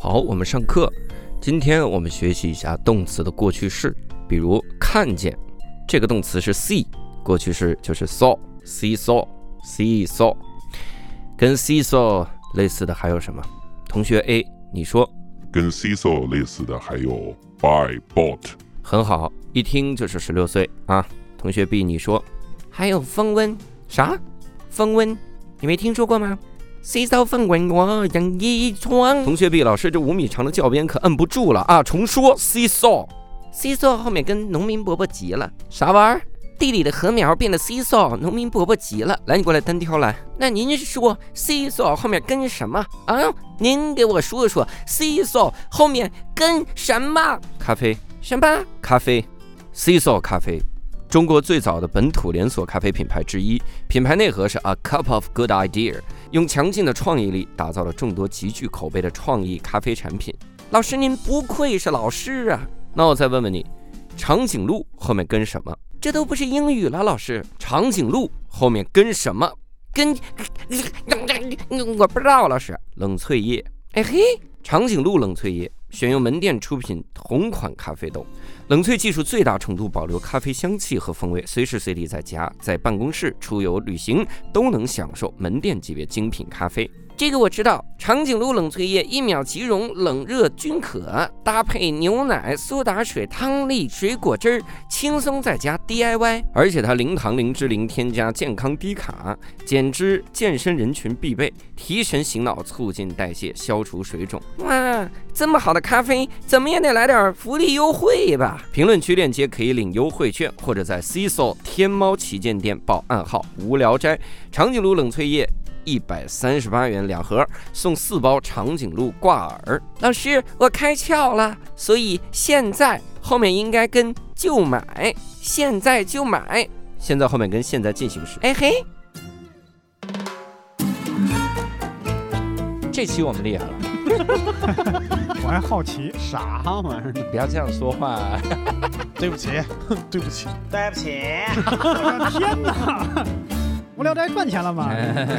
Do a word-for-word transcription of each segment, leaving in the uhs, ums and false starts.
好，我们上课。今天我们学习一下动词的过去式，比如看见，这个动词是 see， 过去式就是 saw，see saw，see saw。跟 see saw 类似的还有什么？同学 A， 你说。 跟 see saw 类似的还有 buy bought。 很好，一听就是十六岁啊。同学 B， 你说。 还有风温。 啥？ 风温，你没听说过吗？see saw 风温我人一床。 同学 B， 老师这五米长的教鞭可摁不住了啊！重说 see saw。see saw 后面跟农民伯伯急了。 啥玩意儿？ 地里的禾苗变得 see saw， 农民伯伯急了。 来，你过来单挑来。 那您是说 see saw 后面跟什么啊？您给我说说 see saw 后面跟什么？ 咖啡。 什么？ 咖啡。see saw 咖啡，中国最早的本土连锁咖啡品牌之一，品牌内核是 A cup of good idea， 用强劲的创意力打造了众多极具口碑的创意咖啡产品。 老师您不愧是老师啊。 那我再问问你，长颈鹿后面跟什么？ 这都不是英语了，老师。 长颈鹿后面跟什么？ 跟我不知道，老师。 冷萃液。 哎嘿， 长颈鹿冷萃液选用门店出品同款咖啡豆，冷萃技术最大程度保留咖啡香气和风味，随时随地在家、在办公室、出游旅行都能享受门店级别精品咖啡。 这个我知道，长颈鹿冷萃液一秒即溶，冷热均可，搭配牛奶、苏打水、汤力、水果汁儿，轻松在家 D I Y。 而且它零糖、零脂、零添加，健康低卡，减脂健身人群必备，提神醒脑，促进代谢，消除水肿。 哇，这么好的咖啡，怎么也得来点福利优惠吧？ 评论区链接可以领优惠券，或者在 see saw 天猫旗舰店报暗号无聊斋，长颈鹿冷萃液一百三十八元两盒，送四包长颈鹿挂耳。 老师，我开窍了，所以现在后面应该跟就买，现在就买。 现在后面跟现在进行时。 哎嘿， 这期我们厉害了。 我还好奇啥玩意儿呢？ 不要这样说话。 对不起，对不起， 对不起。 天哪！无聊斋赚钱了吗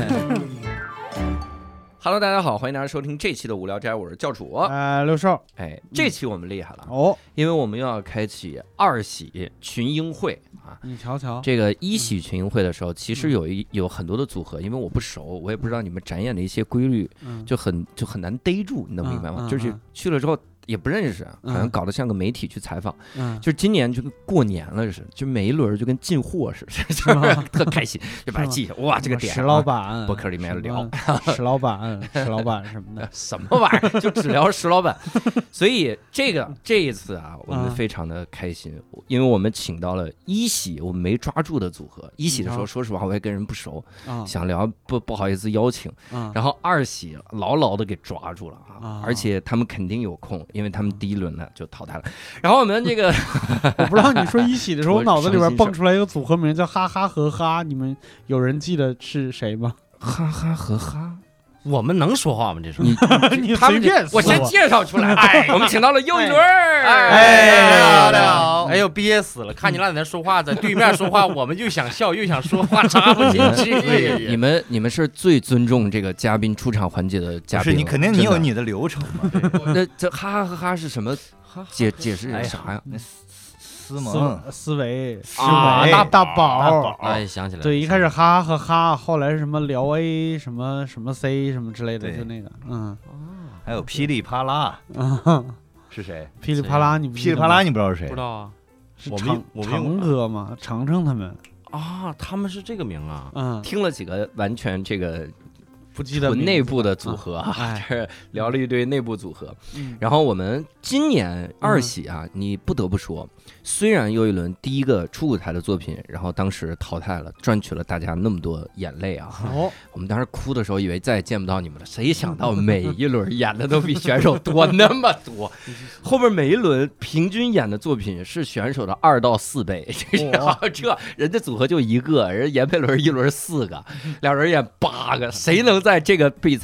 ？Hello， 大家好，欢迎大家收听这期的无聊斋，我是教主。 呃，六兽， 哎，这期我们厉害了哦， 因为我们又要开启二喜群英会啊。 你瞧瞧， 这个一喜群英会的时候，其实有一有很多的组合，因为我不熟，我也不知道你们展演的一些规律，就很就很难逮住，你能明白吗？就是去了之后。也不认识，好像搞得像个媒体去采访，嗯，就是今年就跟过年了似的，就每一轮就跟进货似的，就是特开心，就把它记下。哇，这个点， 石老板， 博客里面聊石老板，石老板什么的， 什么玩意儿，就只聊石老板。所以这个这一次啊，我们非常的开心，因为我们请到了一喜我们没抓住的组合。一喜的时候，说实话我也跟人不熟，想聊不不好意思邀请，然后二喜牢牢的给抓住了啊，而且他们肯定有空。因为他们第一轮呢就淘汰了，然后我们这个我不知道你说一喜的时候，我脑子里边蹦出来一个组合名叫哈哈和哈，你们有人记得是谁吗？ 哈哈和哈， 我们能说话吗？这是你你随便， 我先介绍出来。哎，我们请到了又一轮。 哎，大家好。哎呦，憋死了！看你俩在那说话，在对面说话，我们又想笑又想说话，插不进去。 你们你们是最尊重这个嘉宾出场环节的嘉宾。 是你肯定你有你的流程嘛？ 那这哈哈和哈是什么？解解释啥呀？ 思萌、 思维、思维、 大大宝， 哎，想起来了。 对，一开始哈和哈，后来什么聊 A 什么什么 C 什么之类的，就那个，嗯， 还有噼里啪啦， 嗯， 是谁？ 噼里啪啦，你噼里啪啦，你不知道是谁？ 不知道啊。 我们长哥嘛，程程他们啊，他们是这个名啊。 嗯， 听了几个完全这个。 不记得内部的组合啊， 哎、 这聊了一堆内部组合。嗯、然后我们今年二喜啊，嗯、你不得不说，虽然又一轮第一个初舞台的作品，然后当时淘汰了，赚取了大家那么多眼泪啊。哦，我们当时哭的时候，以为再也见不到你们了，谁想到每一轮演的都比选手多那么多，后边每一轮平均演的作品是选手的二到四倍。哦、这人家组合就一个人，闫佩伦一轮四个，两人演八个，谁能？在这个比赛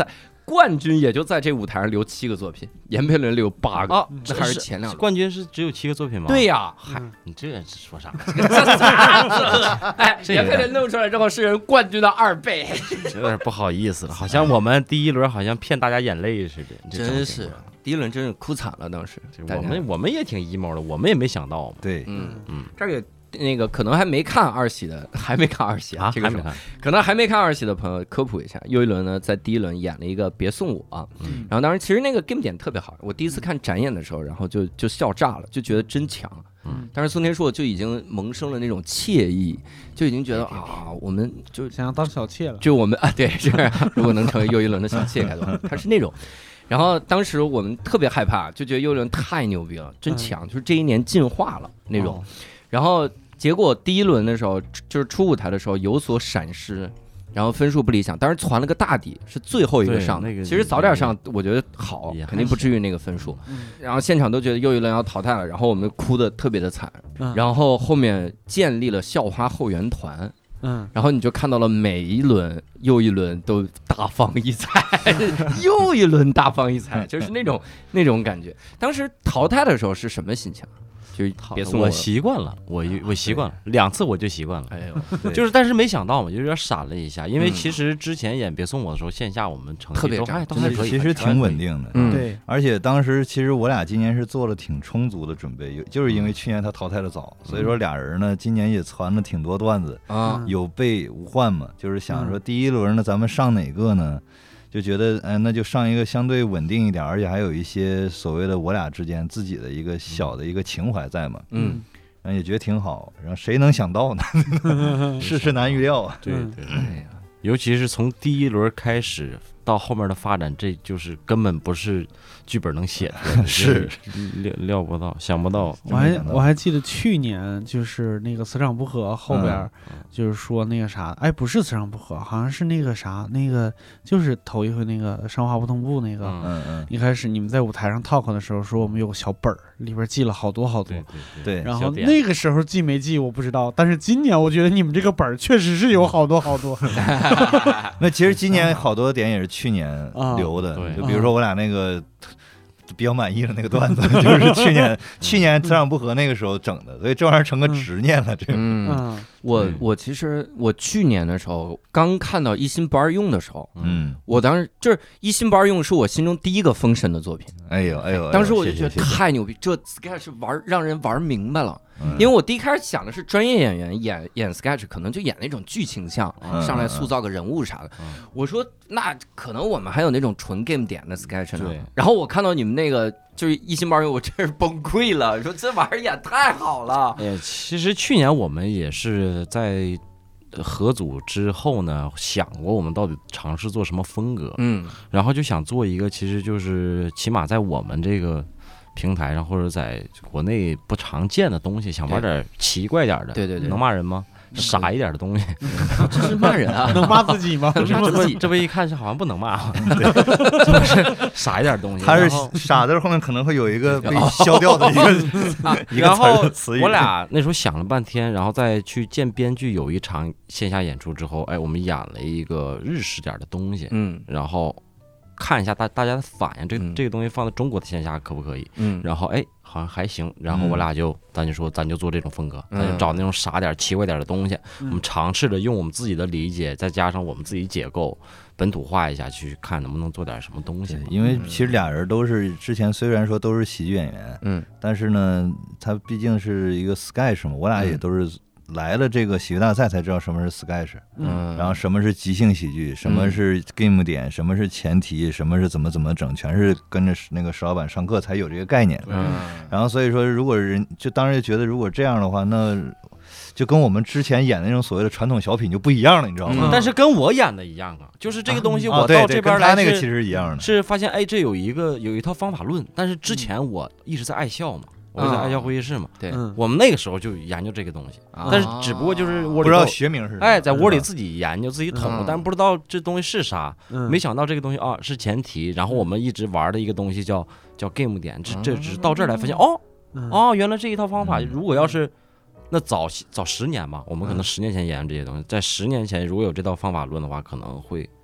冠军也就在这舞台上留七个作品，闫佩伦留八个，这还是前两轮。 冠军是只有七个作品吗？ 对呀， 嗨，你这是说啥？ 这啥？哎，闫佩伦弄出来之后是人冠军的二倍， 有点不好意思了，好像我们第一轮好像骗大家眼泪似的， 真是第一轮真是哭惨了，当时我们我们也挺 emo 的，我们也没想到嘛。 对， 嗯嗯， 这个。那个可能还没看二喜的，还没看二喜啊， 这个还没看， 可能还没看二喜的朋友科普一下，又一轮呢在第一轮演了一个别送我、啊嗯，然后当时其实那个 game 点特别好，我第一次看展演的时候，然后就就笑炸了，就觉得真强。嗯，但是宋天硕就已经萌生了那种惬意，就已经觉得啊，我们就想要当小妾了， 就我们啊，对，是如果能成为又一轮的小妾该多好，他是那种。然后当时我们特别害怕，就觉得又一轮太牛逼了，真强，就是这一年进化了那种。然后结果第一轮的时候，就是出舞台的时候有所闪失，然后分数不理想，当时传了个大底，是最后一个上的。那个、其实早点上，我觉得好，肯定不至于那个分数。然后现场都觉得又一轮要淘汰了，然后我们哭得特别的惨。然后后面建立了校花后援团。嗯，然后你就看到了每一轮又一轮都大放异彩，又一轮大放异彩，就是那种那种感觉。当时淘汰的时候是什么心情？就别送我， 我习惯了，我我习惯了，两次我就习惯了。哎呦，就是但是没想到嘛，就有点闪了一下，因为其实之前演别送我的时候，线下我们成绩特别都还都还可以， 其实挺稳定的。 嗯， 对。 而且当时其实我俩今年是做了挺充足的准备，有就是因为去年他淘汰的早，所以说俩人呢今年也传了挺多段子啊，有备无患嘛，就是想说第一轮呢咱们上哪个呢？就觉得，哎、呃，那就上一个相对稳定一点，而且还有一些所谓的我俩之间自己的一个小的一个情怀在嘛，嗯，然后也觉得挺好。然后谁能想到呢？世事难预料啊。 对对，哎呀，尤其是从第一轮开始到后面的发展，这就是根本不是剧本能写的， 是料料不到，想不到。 我还我还记得去年就是那个磁场不合后边，就是说那个啥，哎，不是磁场不合，好像是那个啥，那个就是头一回那个生化不同步那个，嗯嗯，一开始你们在舞台上 talk 的时候说我们有个小本儿，里边记了好多好多， 对对对， 然后那个时候记没记我不知道，但是今年我觉得你们这个本儿确实是有好多好多。 那其实今年好多点也是去年留的，就比如说我俩那个。比较满意的那个段子，就是去年去年磁场不合那个时候整的，所以这玩意儿成个执念了。这个， 嗯，我我其实我去年的时候刚看到一心不二用的时候，嗯，我当时就是一心不二用是我心中第一个封神的作品。 哎呦哎呦， 当时我就觉得太牛逼，这 sketch 玩让人玩明白了。因为我第一开始想的是专业演员演演 sketch 可能就演那种剧情像，嗯、上来塑造个人物啥的。嗯、我说那可能我们还有那种纯 game 点的 sketch 呢。然后我看到你们那个就是一心不二用，我真是崩溃了，说这玩意儿演太好了。 哎，其实去年我们也是在合组之后呢，想过我们到底尝试做什么风格，嗯，然后就想做一个，其实就是起码在我们这个。平台上或者在国内不常见的东西，想玩点奇怪点的， 对对对， 能骂人吗？傻一点的东西， 这是骂人啊？ 能骂自己吗？ 这不这不一看是好像不能骂，这不是傻一点的东西。 他是傻字后面可能会有一个被消掉的一个一个然后我俩那时候想了半天，然后再去见编剧，有一场线下演出之后，哎，我们演了一个日式点的东西，嗯，然后。看一下大大家的反应，这个、嗯、这个东西放在中国的线下可不可以？嗯，然后哎，好像还行。然后我俩就、嗯、咱就说，咱就做这种风格，咱就找那种傻点、奇怪点的东西。嗯、我们尝试着用我们自己的理解，再加上我们自己解构，本土化一下，去看能不能做点什么东西。 因为其实俩人都是之前虽然说都是喜剧演员，嗯，但是呢，他毕竟是一个 sketch 嘛，我俩也都是。来了这个喜剧大赛才知道什么是 sketch， 嗯，然后什么是即兴喜剧，什么是 game 点，嗯、什么是前提，什么是怎么怎么整，全是跟着那个石老板上课才有这个概念。嗯，然后所以说，如果人就当时就觉得，如果这样的话，那就跟我们之前演的那种所谓的传统小品就不一样了，你知道吗？ 嗯、但是跟我演的一样啊，就是这个东西我到这边来， 他那个其实一样的， 是发现哎，这有一个有一套方法论，但是之前我一直在爱笑嘛。我就在爱笑会议室嘛，对，我们那个时候就研究这个东西，但是只不过就是窝里不知道学名是， 哎，在窝里自己研究自己捅，但不知道这东西是啥，没想到这个东西啊是前提，然后我们一直玩的一个东西叫叫 game 点，这这只是到这儿来发现哦哦，原来这一套方法，如果要是那早早十年吧，我们可能十年前研究这些东西，在十年前如果有这套方法论的话，可能会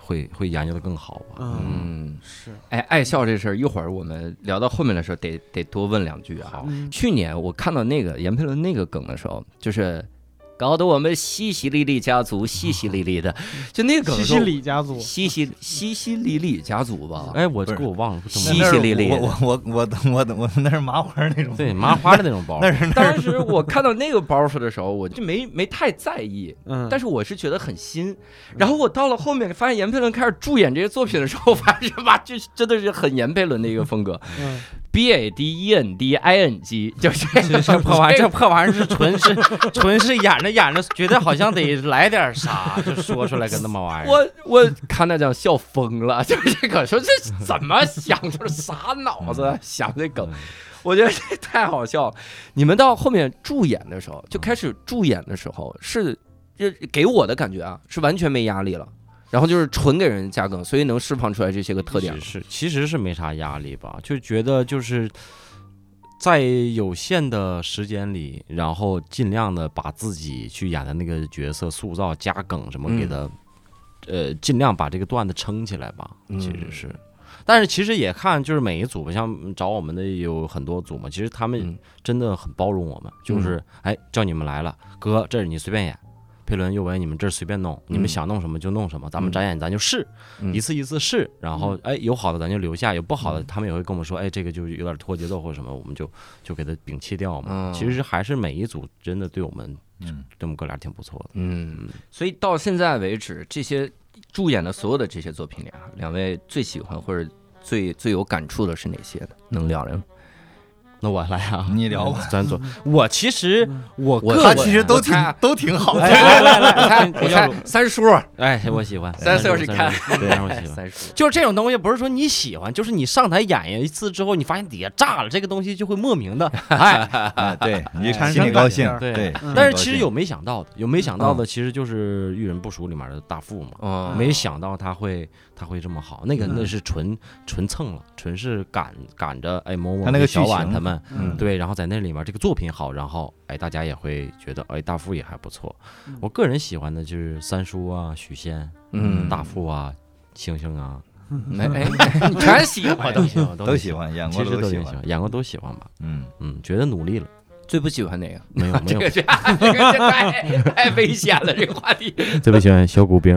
会会研究的更好吧。 嗯，是。哎，爱笑这事儿，一会儿我们聊到后面的时候得得多问两句啊。去年我看到那个闫佩伦那个梗的时候，就是搞得我们西西里里家族西西里里的，就那个梗。 西西里家族， 西西西西里里家族吧？ 哎，我这个我忘了。 西西里里， 我我我我我我那是麻花那种， 对，麻花的那种包。 那是当时我看到那个包袱的时候，我就没没太在意， 嗯， 但是我是觉得很新。然后我到了后面发现闫佩伦开始助演这些作品的时候，发现哇，这真的是很闫佩伦的一个风格。嗯。B A D E N D I N G 就是这破玩意儿，这破玩意儿是纯是纯是演着演着，觉得好像得来点啥，就说出来个那么玩意儿。 我我看那叫笑疯了，就是这个说这怎么想出啥脑子想这梗，我觉得这太好笑。你们到后面助演的时候，就开始助演的时候，是就给我的感觉啊，是完全没压力了。然后就是纯给人加梗，所以能释放出来这些个特点。 是，其实是没啥压力吧，就觉得就是在有限的时间里，然后尽量的把自己去演的那个角色塑造、加梗什么给他，嗯、呃，尽量把这个段子撑起来吧。其实是，嗯、但是其实也看就是每一组吧，像找我们的有很多组嘛，其实他们真的很包容我们，嗯、就是哎叫你们来了，哥，这是你随便演。佩伦、佑文，你们这随便弄，嗯、你们想弄什么就弄什么，咱们展演咱就试，嗯、一次一次试，然后哎有好的咱就留下，有不好的他们也会跟我们说，哎这个就有点拖节奏或者什么，我们就就给它摒弃掉嘛。嗯、其实还是每一组真的对我们，嗯，对我们哥俩挺不错的。 嗯，所以到现在为止，这些助演的所有的这些作品里啊，两位最喜欢或者最最有感触的是哪些的？能聊聊？ 那我来啊， 你聊吧， 咱做。我其实我我他其实都挺都挺好的。 来来来，看我看三叔， 哎，我喜欢三叔是看， 对，我喜欢三叔。 就是这种东西，不是说你喜欢，就是你上台演一次之后，你发现底下炸了，这个东西就会莫名的，哎， 对你心里高兴， 对。但是其实有没想到的，有没想到的，其实就是《遇人不淑》里面的大富嘛，没想到他会他会这么好，那个那是纯纯蹭了，纯是赶赶着哎某某他那个小婉他们。 嗯， 对，然后在那里面这个作品好，然后哎，大家也会觉得哎，大富也还不错。嗯、我个人喜欢的就是三叔啊、许仙，嗯，大富啊、星星啊， 哎哎，你全喜欢， 都喜欢， 都喜欢，演过都喜欢， 演过都喜欢吧。 嗯嗯，觉得努力了。 最不喜欢哪个？ 没有没有， 这个这这个太太危险了，这个话题。 最不喜欢小骨兵。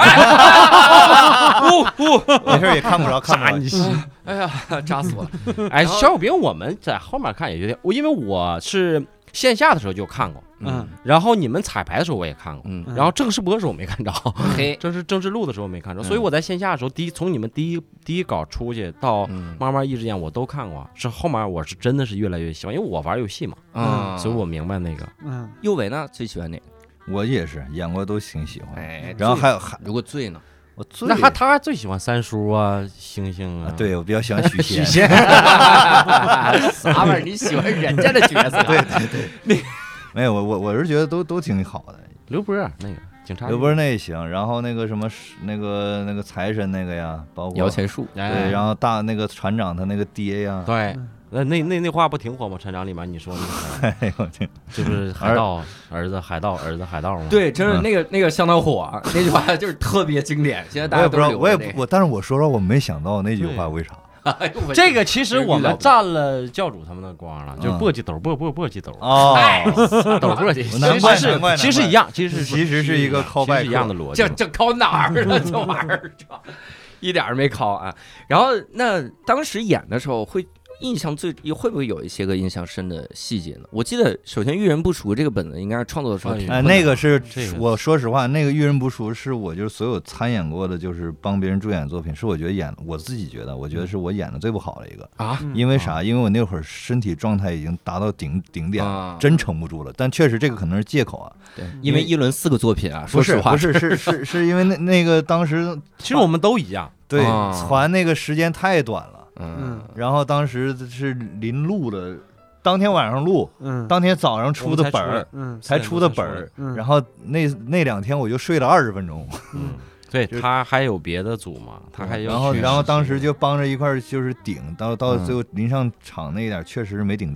呜呜，没事也看不着，看不着。 哎呀，扎死我了！ 哎，小骨兵我们在后面看也觉得，我因为我是线下的时候就看过，嗯，然后你们彩排的时候我也看过，嗯，然后正式播的时候我没看着， 嘿， 正式正式录的时候没看着，所以我在线下的时候，第一从你们第一第一稿出去到慢慢一直演我都看过，是后面我是真的是越来越喜欢，因为我玩游戏嘛，嗯，所以我明白那个， 嗯，右伟呢最喜欢哪个？ 我也是演过都挺喜欢， 哎， 然后还有还如果最呢？ 我最那他他最喜欢三叔啊，星星啊， 对我比较喜欢许仙。 许仙， 啥玩意儿？你喜欢人家的角色？ 对对对，你没有我我我是觉得都都挺好的。 刘波那个警察， 刘波那也行，然后那个什么那个那个财神那个呀，包括摇钱树， 对，然后大那个船长他那个爹呀， 对。那那那那话不挺火吗？船长里面你说那个， 哎呦天， 就是海盗儿子海盗儿子海盗吗？ 对，真是那个那个相当火，那句话就是特别经典。现在大家都我也不知道，我也我，但是我说说我没想到那句话为啥。 这个其实我们占了教主他们的光了，就是簸箕斗簸簸簸箕斗哦， 斗簸箕， 其实是其实一样，其实其实是一个靠拜一样的逻辑。 这这靠哪儿了？这玩意儿一点儿没靠啊。然后那当时演的时候会。印象最会不会有一些个印象深的细节呢？我记得首先《遇人不淑》这个本子应该是创作的时候， 哎，那个是我说实话，那个《遇人不淑》是我就是所有参演过的，就是帮别人助演作品，是我觉得演我自己觉得，我觉得是我演的最不好的一个啊。因为啥？因为我那会儿身体状态已经达到顶顶点了，真撑不住了。但确实这个可能是借口啊。 对，因为一轮四个作品啊， 说实话，不是是是是因为那那个当时其实我们都一样， 对，传那个时间太短了。 嗯， 然后当时是临录的，当天晚上录，嗯，当天早上出的本儿，嗯，才出的本儿，嗯，然后那那两天我就睡了二十分钟， 嗯，对他还有别的组嘛，他还有， 然后然后当时就帮着一块儿就是顶，到到最后临上场那一点确实是没顶住，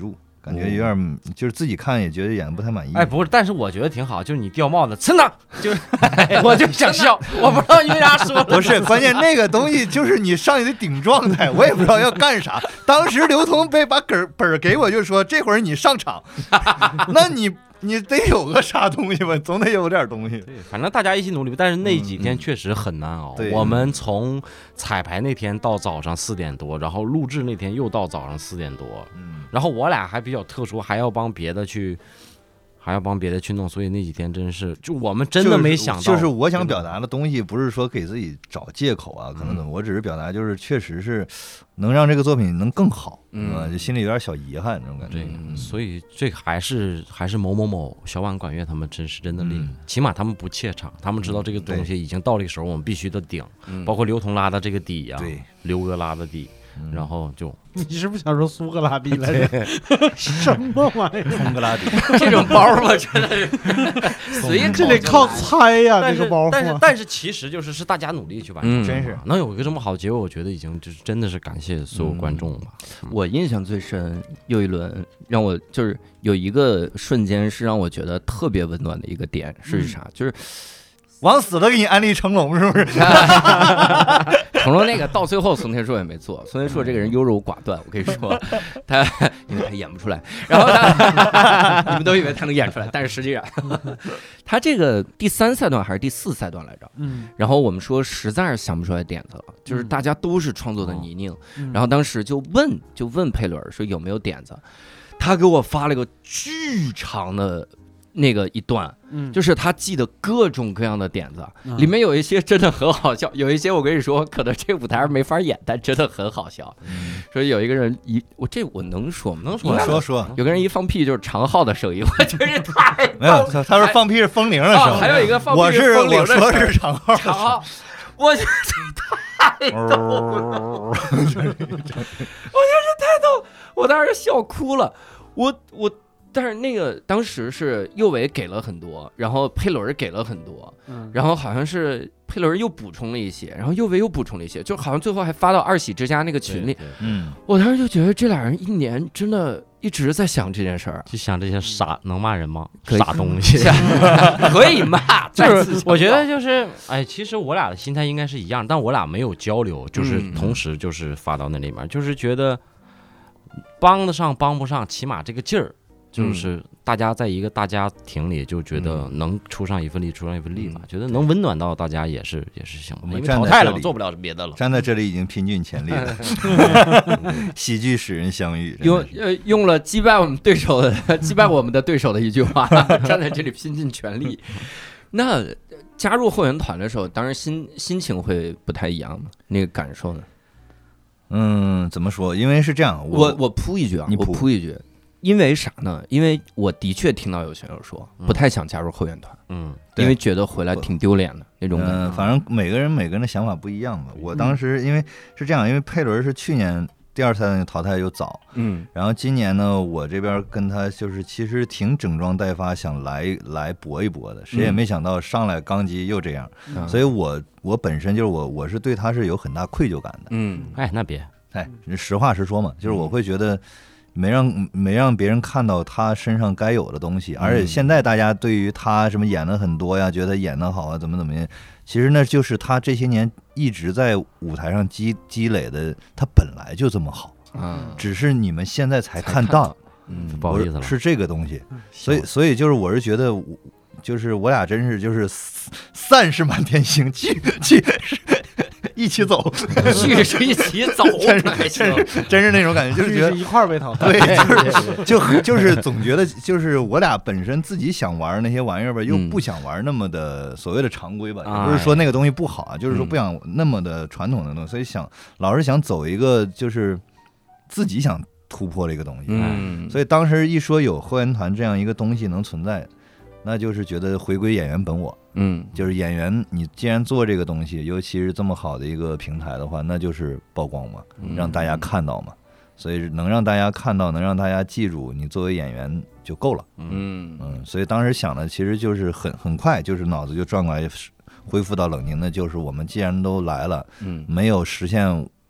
感觉有点就是自己看也觉得演的不太满意。 哎，不是，但是我觉得挺好，就是你掉帽子，真的，就是我就想笑，我不知道因为啥说。 不是，关键那个东西就是你上去的顶状态，我也不知道要干啥。当时刘同被把本本给我，就说这会儿你上场，那你。你得有个啥东西吧，总得有点东西。 对，反正大家一起努力，但是那几天确实很难熬。 嗯嗯、 我们从彩排那天到早上四点多，然后录制那天又到早上四点多，嗯，然后我俩还比较特殊，还要帮别的去。还要帮别的去弄，所以那几天真是，就我们真的没想到。 就是、就是我想表达的东西，不是说给自己找借口啊，可能怎么，我只是表达，就是确实是能让这个作品能更好，嗯，就心里有点小遗憾这种感觉。 对，嗯、所以这个还是还是某某某小碗管乐他们真是真的厉害，嗯、起码他们不怯场，他们知道这个东西已经到了一个时候，我们必须得顶，嗯、包括刘同拉的这个底呀、啊， 对， 刘哥拉的底。然后就你是不是想说苏格拉底来着？什么玩意儿？ 苏格拉底这种包吧，真的是随意， 这得靠猜呀、啊，这个包。 但是但是其实就是是大家努力去完成， 嗯、真是能有一个这么好的结果，我觉得已经就是真的是感谢所有观众吧。 嗯、我印象最深，又一轮让我就是有一个瞬间是让我觉得特别温暖的一个点是啥？嗯、就是。 往死了给你安利成龙是不是？ 成龙那个到最后宋天硕也没做，宋天硕这个人优柔寡断，我跟你说，他因为他演不出来，然后他你们都以为他能演出来，但是实际上他这个第三赛段还是第四赛段来着？嗯，然后我们说实在是想不出来点子了，就是大家都是创作的泥泞，嗯、然后当时就问就问佩伦说有没有点子，他给我发了个巨长的。那个一段，嗯，就是他记得各种各样的点子，嗯、里面有一些真的很好笑，有一些我跟你说，可能这舞台上没法演，但真的很好笑。嗯、说有一个人一，我这我能说吗？ 能说说说。 有个人一放屁就是长号的声音，我真是太没有，他他说放屁是风铃的声音、哦， 还有一个放屁是风铃的声音， 我说是长号， 长号，我觉得太逗了，我觉得太逗，我当时笑哭了，我我。但是那个当时是右伟给了很多，然后佩伦给了很多，嗯，然后好像是佩伦又补充了一些，然后右伟又补充了一些，就好像最后还发到二喜之家那个群里，嗯，我当时就觉得这俩人一年真的一直在想这件事儿， 就想这些傻能骂人吗？傻东西， 可以骂， 就是我觉得就是，哎，其实我俩的心态应该是一样，但我俩没有交流，就是同时就是发到那里面，就是觉得帮得上帮不上，起码这个劲儿。就是大家在一个大家庭里，就觉得能出上一份力，出上一份力吧。觉得能温暖到大家也是也是行。 我们淘汰了，做不了别的了。 站在这里已经拼尽全力了。喜剧使人相遇， 用呃用了击败我们对手的击败我们的对手的一句话，站在这里拼尽全力。那加入后援团的时候，当然心心情会不太一样嘛，那个感受呢？ 嗯，怎么说？因为是这样， 我我铺一句啊，我铺一句。因为啥呢？因为我的确听到有选手说不太想加入后援团，嗯，因为觉得回来挺丢脸的那种感觉。 嗯，反正每个人每个人的想法不一样吧。我当时因为是这样，因为佩伦是去年第二赛段淘汰又早，嗯，然后今年呢，我这边跟他就是其实挺整装待发，想来来搏一搏的，谁也没想到上来刚机又这样，嗯、所以我我本身就是我我是对他是有很大愧疚感的。 嗯，哎，那别， 哎，实话实说嘛，就是我会觉得。没让没让别人看到他身上该有的东西，而且现在大家对于他什么演的很多呀，觉得演得好啊，怎么怎么样，其实那就是他这些年一直在舞台上积积累的，他本来就这么好，嗯，只是你们现在才看到， 嗯，不好意思了， 是这个东西，所以所以就是我是觉得，就是我俩真是就是散是满天星，去去。一起走， 去是一起走， 真是真是真是那种感觉，就是觉得一块儿被淘汰。 对，就是就就是总觉得就是我俩本身自己想玩那些玩意儿吧，又不想玩那么的所谓的常规吧，也不是说那个东西不好啊，就是说不想那么的传统的东西，所以想老是想走一个就是自己想突破的一个东西。嗯，所以当时一说有后援团这样一个东西能存在。那就是觉得回归演员本我，嗯，就是演员，你既然做这个东西，尤其是这么好的一个平台的话，那就是曝光嘛，让大家看到嘛，所以能让大家看到，能让大家记住，你作为演员就够了，嗯嗯，所以当时想的其实就是很很快，就是脑子就转过来，恢复到冷静的，就是我们既然都来了，嗯，没有实现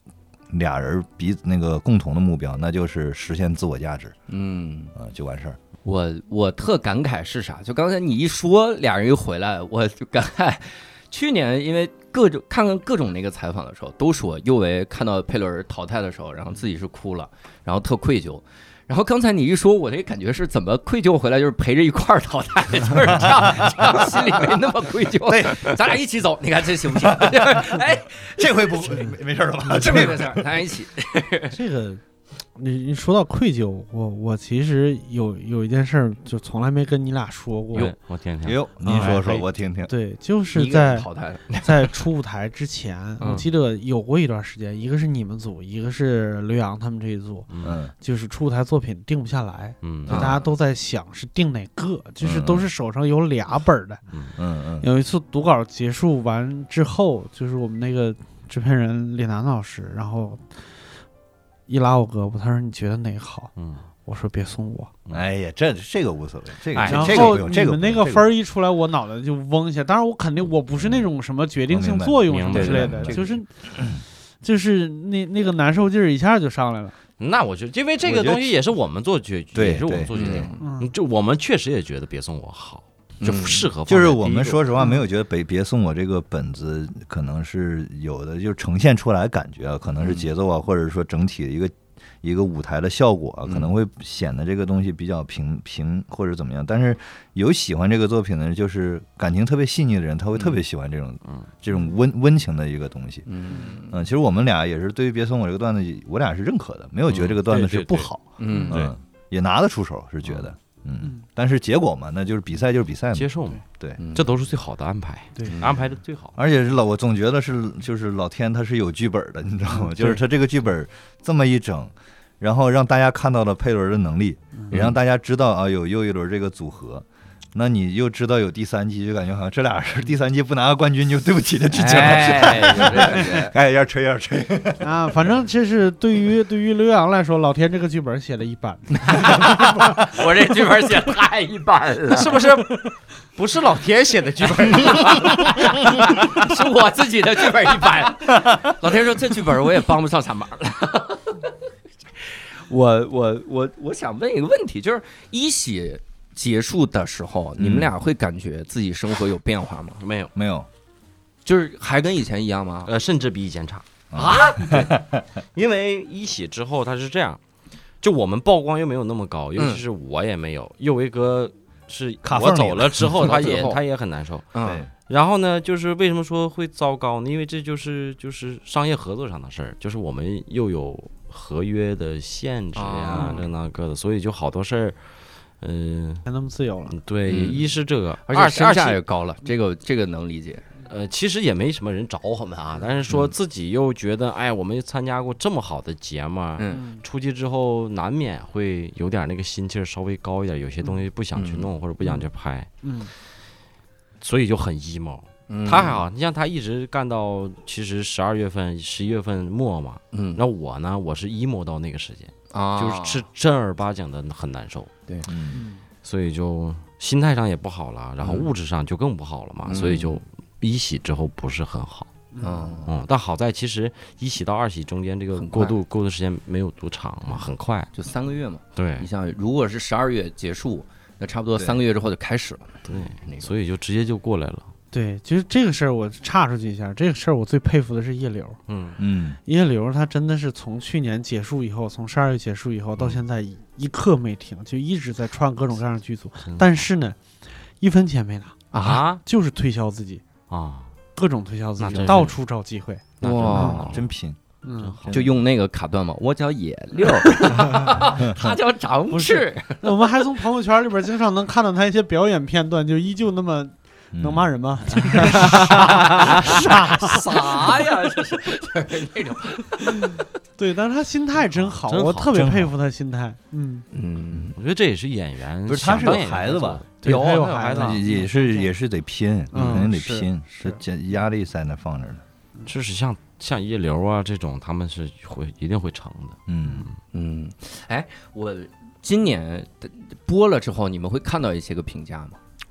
俩人比那个共同的目标，那就是实现自我价值， 嗯啊、呃，就完事儿。 我我特感慨是啥？就刚才你一说俩人一回来，我就感慨，去年因为各种看看各种那个采访的时候，都说右维看到佩伦淘汰的时候，然后自己是哭了，然后特愧疚。然后刚才你一说，我这感觉是怎么愧疚回来，就是陪着一块儿淘汰，就是这样，这样心里没那么愧疚。对，咱俩一起走，你看这行不行？哎， 这回不没没事了吧？ 这回没事，咱俩一起。 这个。你你说到愧疚，我我其实有有一件事儿，就从来没跟你俩说过。 我听听。 哟，您说说，我听听。 对，就是在淘汰在出舞台之前，我记得有过一段时间，一个是你们组，一个是刘洋他们这一组，嗯，就是出舞台作品定不下来，嗯，就大家都在想是定哪个，就是都是手上有俩本的， 嗯嗯。 有一次读稿结束完之后，就是我们那个制片人李楠老师，然后。一拉我胳膊，他说：“你觉得哪个好？”嗯，我说：“别送我。” 哎呀，这这个无所谓，这个、 哎、 这然后个你们那个分一出来，我脑袋就嗡一下。当然，我肯定我不是那种什么决定性作用什么之类的，就是就是那那个难受劲儿一下就上来了。 那我觉得，因为这个东西也是我们做决，也是我们做决定。嗯，就我们确实也觉得别送我好。就适合、嗯， 就是我们说实话没有觉得别别送我这个本子可能是有的，就呈现出来感觉啊，可能是节奏啊，或者说整体的一个一个舞台的效果啊，可能会显得这个东西比较平平或者怎么样。但是有喜欢这个作品的，就是感情特别细腻的人，他会特别喜欢这种、嗯、这种温温情的一个东西。嗯嗯，其实我们俩也是对于别送我这个段子，我俩是认可的，没有觉得这个段子是不好。 嗯，对， 也拿得出手，是觉得。嗯，但是结果嘛，那就是比赛就是比赛嘛， 接受嘛， 对， 这都是最好的安排， 对， 安排的最好。 而且是老，我总觉得是就是老天他是有剧本的，你知道吗？就是他这个剧本这么一整，然后让大家看到了佩伦的能力，也让大家知道啊有又一轮这个组合。那你又知道有第三季，就感觉好像这俩人第三季不拿个冠军就对不起的剧情了。哎，哎，要吹要吹啊！反正这是对于对于刘洋来说，老天这个剧本写的一般。 我这剧本写太一般了， 是不是？不是老天写的剧本， 是我自己的剧本一般。老天说这剧本我也帮不上啥忙了。我我我我想问一个问题，就是一喜结束的时候，你们俩会感觉自己生活有变化吗？ 没有， 没有， 就是还跟以前一样吗？ 呃，甚至比以前差啊！ 因为一喜之后它是这样，就我们曝光又没有那么高，尤其是我也没有，佑维哥是我走了之后，他也他也很难受。 对。 然后呢，就是为什么说会糟糕呢？因为这就是就是商业合作上的事儿，就是我们又有合约的限制呀，这那个的，所以就好多事儿。嗯， 还那么自由了。 对，嗯、一是这个， 而且身价也高了，这个这个能理解。 呃，其实也没什么人找我们啊，但是说自己又觉得，嗯、哎，我们参加过这么好的节目，嗯，出去之后难免会有点那个心气儿稍微高一点，有些东西不想去弄、嗯、或者不想去拍，嗯，所以就很 emo。嗯、他还好，你像他一直干到其实十二月份、十一月份末嘛，嗯，那我呢，我是 emo 到那个时间。啊，就是正儿八经的很难受， 对， 嗯，所以就心态上也不好了，然后物质上就更不好了嘛，嗯、所以就一喜之后不是很好，嗯嗯，但好在其实一喜到二喜中间这个过渡过渡时间没有多长嘛，很快， 就三个月嘛， 对， 你想如果是十二月结束，那差不多三个月之后就开始了， 对，那个、所以就直接就过来了。 对，其实这个事儿我岔出去一下，这个事儿我最佩服的是叶流，嗯嗯，叶流他真的是从去年结束以后，从十二月结束以后到现在一刻没停，就一直在串各种各样的剧组，但是呢，一分钱没拿啊，就是推销自己啊，各种推销自己，到处找机会， 哇，真拼。 嗯， 就用那个卡段嘛，我叫野六，他叫张翅。 我们还从朋友圈里边经常能看到他一些表演片段，就依旧那么。能骂人吗？ 啥啥呀？这是就是那种。 对，但是他心态真好，我特别佩服他心态。嗯嗯，我觉得这也是演员， 不是他是有孩子吧？ 有有孩子， 也是也是得拼，肯定得拼，这压力在那放着呢。 就是像像叶流啊这种，他们是会一定会成的。 嗯嗯，哎，我今年播了之后，你们会看到一些个评价吗？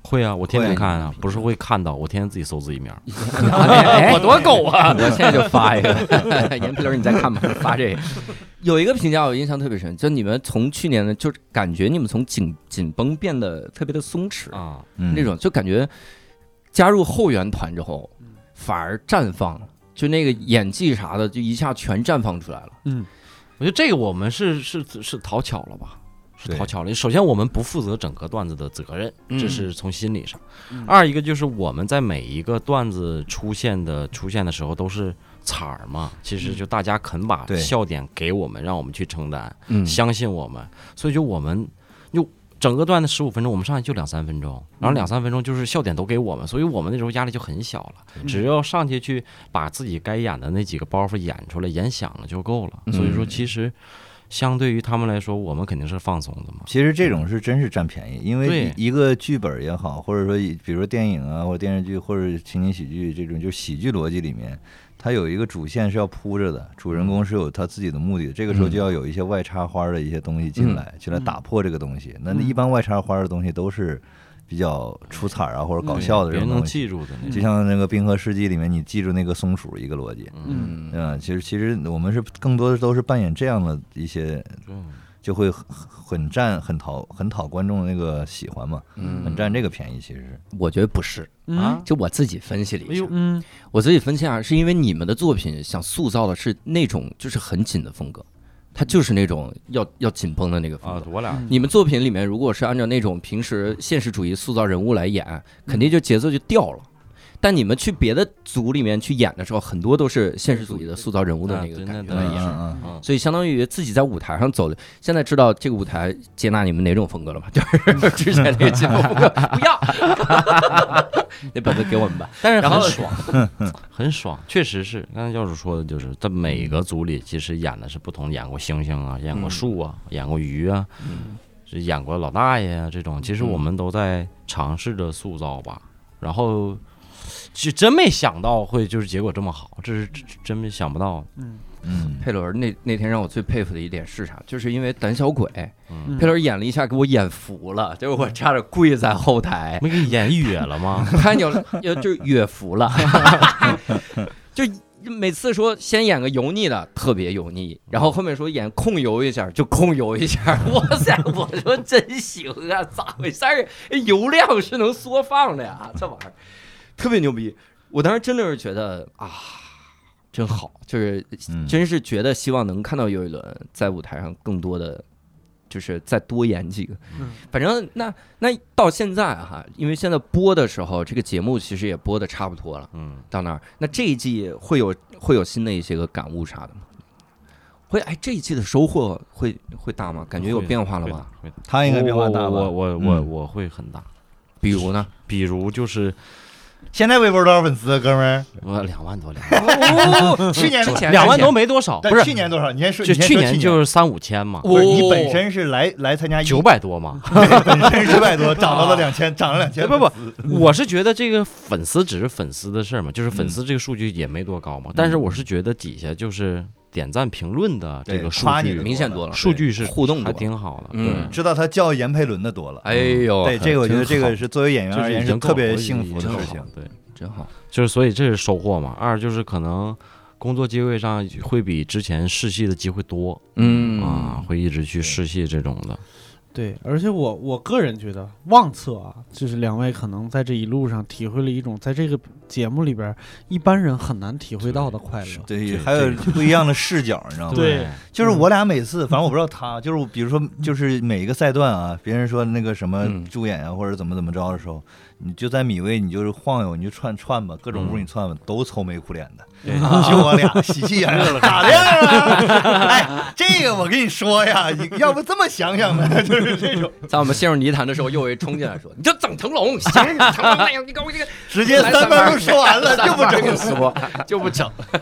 会啊，我天天看啊，不是会看到，我天天自己搜自己面。 哎，我多狗啊！我现在就发一个，严皮轮你再看吧，发这个。有一个评价我印象特别深，就你们从去年的，就是感觉你们从紧紧绷变得特别的松弛啊，那种就感觉加入后援团之后，反而绽放，就那个演技啥的，就一下全绽放出来了。 嗯，我觉得这个我们是是是讨巧了吧。是讨巧了。首先，我们不负责整个段子的责任，这是从心理上。嗯、二一个就是我们在每一个段子出现的出现的时候都是彩儿嘛，其实就大家肯把笑点给我们，让我们去承担，嗯、相信我们，所以就我们就整个段子十五分钟，我们上去就两三分钟，然后两三分钟就是笑点都给我们，所以我们那时候压力就很小了，嗯、只要上去去把自己该演的那几个包袱演出来，演响了就够了。所以说，其实。相对于他们来说，我们肯定是放松的嘛。 其实这种是真是占便宜，因为一个剧本也好，或者说比如说电影啊，或者电视剧，或者情景喜剧这种，就喜剧逻辑里面，它有一个主线是要铺着的，主人公是有他自己的目的的，这个时候就要有一些外插花的一些东西进来，嗯、去来打破这个东西。那一般外插花的东西都是比较出彩啊，或者搞笑的这种东西， 别人能记住的那种。 就像那个《冰河世纪》里面，你记住那个松鼠一个逻辑，嗯，嗯，其实其实我们是更多的都是扮演这样的一些，就会很占很讨很讨观众的那个喜欢嘛，嗯，很占这个便宜。其实我觉得不是啊，就我自己分析了一下，嗯，我自己分析啊，是因为你们的作品想塑造的是那种就是很紧的风格。他就是那种要要紧绷的那个风格。啊， 我俩你们作品里面如果是按照那种平时现实主义塑造人物来演，肯定就节奏就掉了。但你们去别的组里面去演的时候，很多都是现实主义的塑造人物的那个感觉来演，所以相当于自己在舞台上走的。现在知道这个舞台接纳你们哪种风格了吗？就是之前那个节目风格不要，那本子给我们吧。 但是很爽，很爽，确实是。刚才教授说的就是，在每个组里其实演的是不同，演过猩猩啊，演过树啊，演过鱼啊，是演过老大爷啊这种。其实我们都在尝试着塑造吧，然后。就真没想到会就是结果这么好，这是真没想不到。 嗯嗯，佩伦那那天让我最佩服的一点是啥？就是因为胆小鬼，嗯、佩伦演了一下，给我演服了，就是我差点跪在后台。 没给你演哕了吗？ 太牛了，就哕服了。就每次说先演个油腻的，特别油腻，然后后面说演控油一下，就控油一下。哇塞，我说真行啊，咋回事儿？油量是能缩放的呀，这玩意儿。特别牛逼，我当时真的是觉得啊，真好，就是真是觉得希望能看到尤一伦在舞台上更多的，就是再多演几个。嗯、反正那那到现在哈，因为现在播的时候，这个节目其实也播的差不多了。嗯，到那儿，那这一季会有会有新的一些个感悟啥的吗？会哎，这一季的收获会会大吗？感觉有变化了吧？ 他应该变化大吧？ 我我我我会很大。 比如呢？ 比如就是。 现在微博多少粉丝，哥们儿？ 我两万多，两万。 哦、去年两万多没多少，不是去年多少？你先说， 就去年就是三五千嘛。 不是你本身是来来参加九百多嘛？ 本身九百多，涨到了两千，涨了两千。 不不，我是觉得这个粉丝只是粉丝的事嘛，就是粉丝这个数据也没多高嘛。但是我是觉得底下就是点赞评论的这个数据明显多了， 数据是互动还挺好的。 嗯，知道他叫严佩伦的多了。 哎呦， 对这个我觉得这个是作为演员而言是特别幸福的事情。 对。 真好， 就是所以这是收获嘛。二就是可能工作机会上会比之前试戏的机会多，嗯啊，会一直去试戏这种的。 对，而且我我个人觉得望测啊，就是两位可能在这一路上体会了一种在这个节目里边一般人很难体会到的快乐。 对，对还有不一样的视角，你知道吗？对，就是我俩每次，反正我不知道他，就是比如说，就是每一个赛段啊，别人说那个什么助演啊，或者怎么怎么着的时候。你就在米位，你就是晃悠，你就串串吧，各种屋你串吧，都愁眉苦脸的，就我俩喜气洋洋了，咋的啊？哎，这个我跟你说呀，你要不这么想想呢？就是这种。 在我们陷入泥潭的时候，右维冲进来说：“你就整成龙，行，成龙那样，你搞这个。” 直接三分钟说完了，就不整说，就不整。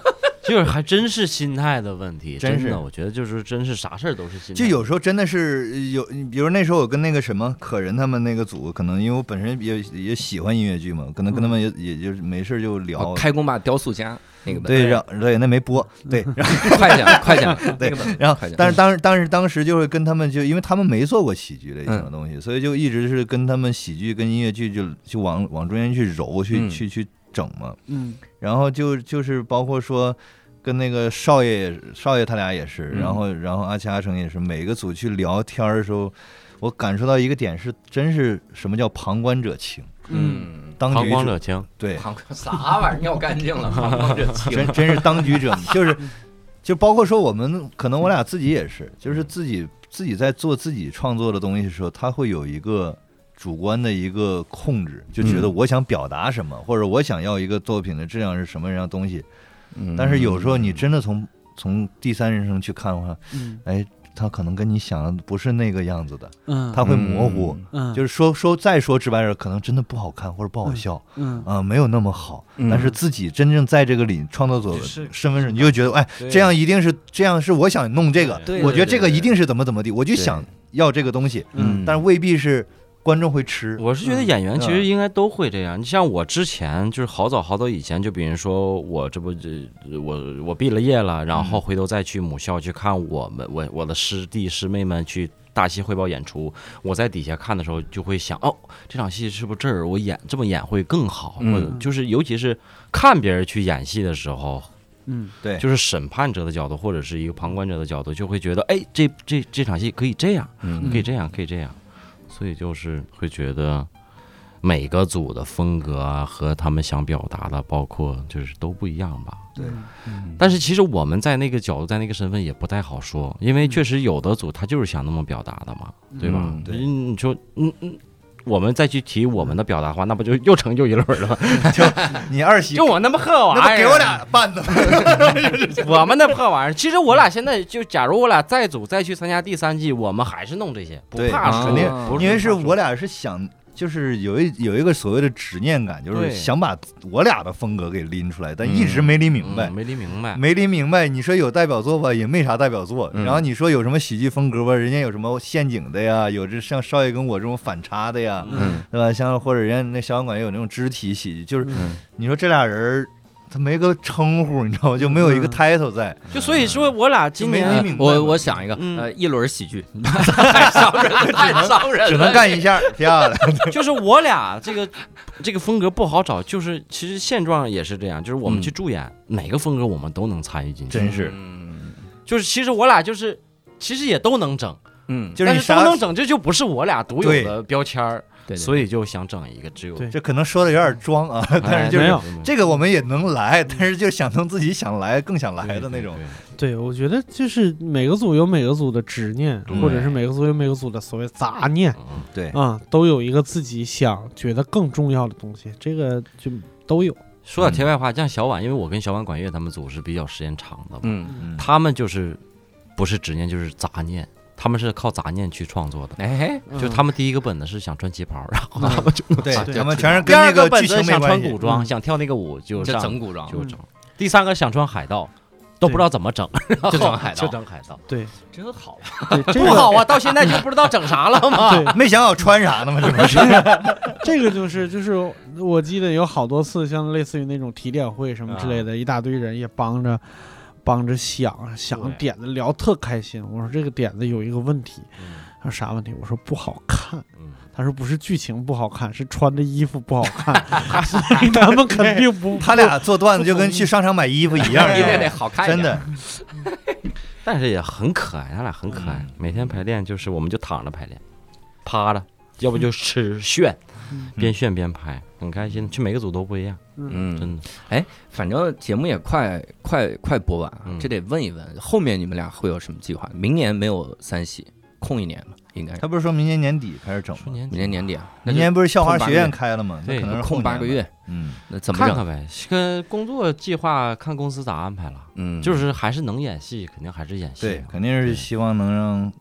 就是还真是心态的问题， 真是的，我觉得就是真是啥事儿都是心态。 就有时候真的是有，比如那时候我跟那个什么可人他们那个组，可能因为我本身也也喜欢音乐剧嘛，可能跟他们也、嗯、也就是没事就聊。 哦、开工吧雕塑家那个本对，让对那没播，对， 快讲快讲， 对，然后但是当时当时当时就会跟他们就因为他们没做过喜剧类型的东西，嗯、所以就一直是跟他们喜剧跟音乐剧就就往往中间去揉去、嗯、去去整嘛， 嗯， 然后就就是包括说。跟那个少爷少爷他俩也是，然后然后阿奇阿成也是，每个组去聊天的时候，我感受到一个点是，真是什么叫旁观者清。 嗯， 当局旁观者清， 对， 啥玩意儿尿干净了，旁观者清， 真真是当局者迷，就是就包括说我们可能我俩自己也是，就是自己自己在做自己创作的东西的时候，他会有一个主观的一个控制，就觉得我想表达什么，嗯、或者我想要一个作品的质量是什么样的东西。但是有时候你真的从从第三人称去看的话，嗯、哎，他可能跟你想的不是那个样子的，嗯，他会模糊，嗯，就是说说再说直白点，可能真的不好看或者不好笑，嗯啊、呃，没有那么好。嗯、但是自己真正在这个里创作者的身份上，你就觉得，哎，这样一定是这样，是我想弄这个，我觉得这个一定是怎么怎么地，我就想要这个东西，嗯，但是未必是。观众会吃， 我是觉得演员其实应该都会这样。你、嗯、像我之前就是好早好早以前，就比如说我这不这我我毕了业了，然后回头再去母校去看我们我我的师弟师妹们去大戏汇报演出，我在底下看的时候就会想，哦，这场戏是不是这儿我演这么演会更好？嗯，就是尤其是看别人去演戏的时候。 嗯， 对， 就是审判者的角度或者是一个旁观者的角度，就会觉得，哎，这这这场戏可以这样，嗯，可以这样，可以这样。所以就是会觉得每个组的风格啊和他们想表达的包括就是都不一样吧。 对， 嗯、但是其实我们在那个角度在那个身份也不太好说，因为确实有的组他就是想那么表达的嘛，对吧？ 嗯、对， 你说嗯嗯。我们再去提我们的表达话，那不就又成又一轮了吗？ 就你二喜， 就我那么破玩意儿， 给我俩绊子。 我们那破玩意儿，其实我俩现在就，假如我俩再组再去参加第三季，我们还是弄这些，不怕说， 肯定，因为是我俩是想。就是有一有一个所谓的执念感，就是想把我俩的风格给拎出来，但一直没拎明白， 嗯嗯、没拎明白， 没拎明白。你说有代表作吧，也没啥代表作。嗯、然后你说有什么喜剧风格吧，人家有什么陷阱的呀，有这像少爷跟我这种反差的呀，嗯、对吧？像或者人家那小馆也有那种肢体喜剧，就是、嗯、你说这俩人。他没个称呼，你知道吗？就没有一个 title 在， 嗯、就所以说我俩今年， 我我想一个，嗯、呃，一轮喜剧，太伤人了，太伤人了， 只能干一下，漂亮。 就是我俩这个这个风格不好找，就是其实现状也是这样，就是我们去助演，嗯、哪个风格我们都能参与进去， 真是， 嗯、就是其实我俩就是其实也都能整， 嗯， 就是但是都能整，这就不是我俩独有的标签儿。 对对对， 所以就想整一个只有， 这可能说的有点装啊，但是就是这个我们也能来，但是就想成自己想来更想来的那种。 对，对，我觉得就是每个组有每个组的执念，或者是每个组有每个组的所谓杂念， 对啊、嗯，都有一个自己想觉得更重要的东西，这个就都有。 说点题外话，像小婉，因为我跟小婉管乐他们组是比较时间长的嘛， 嗯， 他们就是不是执念就是杂念。他们是靠杂念去创作的， 哎， 就他们第一个本子是想穿旗袍，然后他们就对，他们全是跟那个剧情没关系。 想穿古装，想跳那个舞就上整古装， 就整。第三个想穿海盗，都不知道怎么整， 就整海盗， 就整海盗。 对， 真好， 不好啊！到现在就不知道整啥了嘛。 对，没想好穿啥呢嘛，这不是？ 这个就是就是，我记得有好多次，像类似于那种提点会什么之类的，一大堆人也帮着。帮着想想点子聊特开心，我说这个点子有一个问题，他说啥问题？我说不好看，他说不是剧情不好看，是穿的衣服不好看，所以他们肯定不。 他俩做段子就跟去商场买衣服一样， 一定得好看， 真的。 但是也很可爱，他俩很可爱，每天排练就是我们就躺着排练，趴着，要不就吃炫，边炫边排，很开心。去每个组都不一样， 嗯， 真的。 哎，反正节目也快快快播完啊，这得问一问，后面你们俩会有什么计划？明年没有三喜，空一年了，应该。 他不是说明年年底开始整吗？ 明年年底啊， 明年不是校花学院开了吗？ 对， 可能空八个月。 嗯， 那怎么看看呗？跟工作计划看公司咋安排了。 嗯， 就是还是能演戏，肯定还是演戏。 对，肯定是希望能让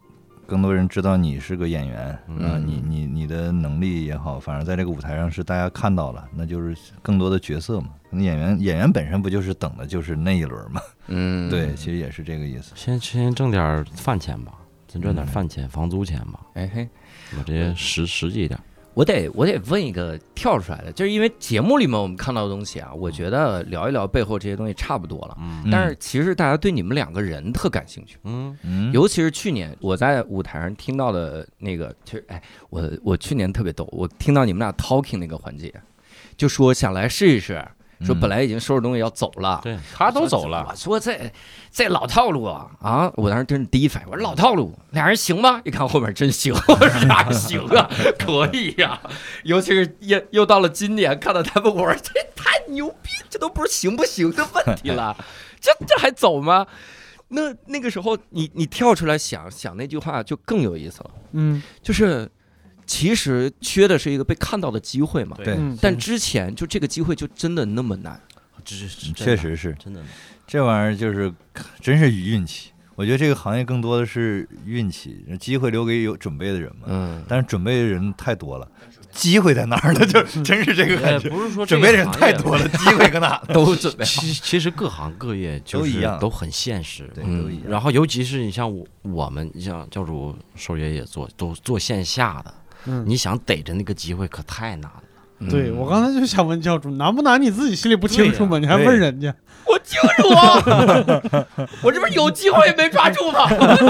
更多人知道你是个演员，嗯，你你你的能力也好，反正在这个舞台上是大家看到了，那就是更多的角色嘛。演员演员本身不就是等的就是那一轮嘛？嗯，对，其实也是这个意思。 先先挣点饭钱吧，先赚点饭钱、嗯、房租钱吧。 哎嘿， 我这些实实际一点。 我得我得问一个跳出来的，就是因为节目里面我们看到的东西啊，我觉得聊一聊背后这些东西差不多了。嗯，但是其实大家对你们两个人特感兴趣。嗯嗯，尤其是去年我在舞台上听到的那个，其实哎，我我去年特别逗，我听到你们俩 talking 那个环节，就说想来试一试。说本来已经收拾东西要走了， 对他都走了。 我说这这老套路啊啊！我当时真是第一反应，我说老套路，俩人行吗？一看后面真行，我说俩行啊，可以呀、啊。尤其是又又到了今年，看到他们，我说这太牛逼，这都不是行不行的问题了，这这还走吗？那那个时候你你跳出来想想那句话就更有意思了，嗯，就是。其实缺的是一个被看到的机会嘛， 对。 但之前就这个机会就真的那么难， 这是确实是真的。 这玩意儿就是真是运气。我觉得这个行业更多的是运气，机会留给有准备的人嘛。嗯。但是准备的人太多了，机会在哪儿呢？就真是这个感觉。 不是说准备的人太多了，机会搁哪呢？ 都准备好。 其其实各行各业都一样， 都很现实。 对，都一样。 然后尤其是你像我我们，你像教主、寿爷也做，都做线下的。嗯，你想逮着那个机会可太难了。 对，我刚才就想问教主，难不难？你自己心里不清楚吗？你还问人家？ 我清楚啊，我这不是有机会也没抓住吗？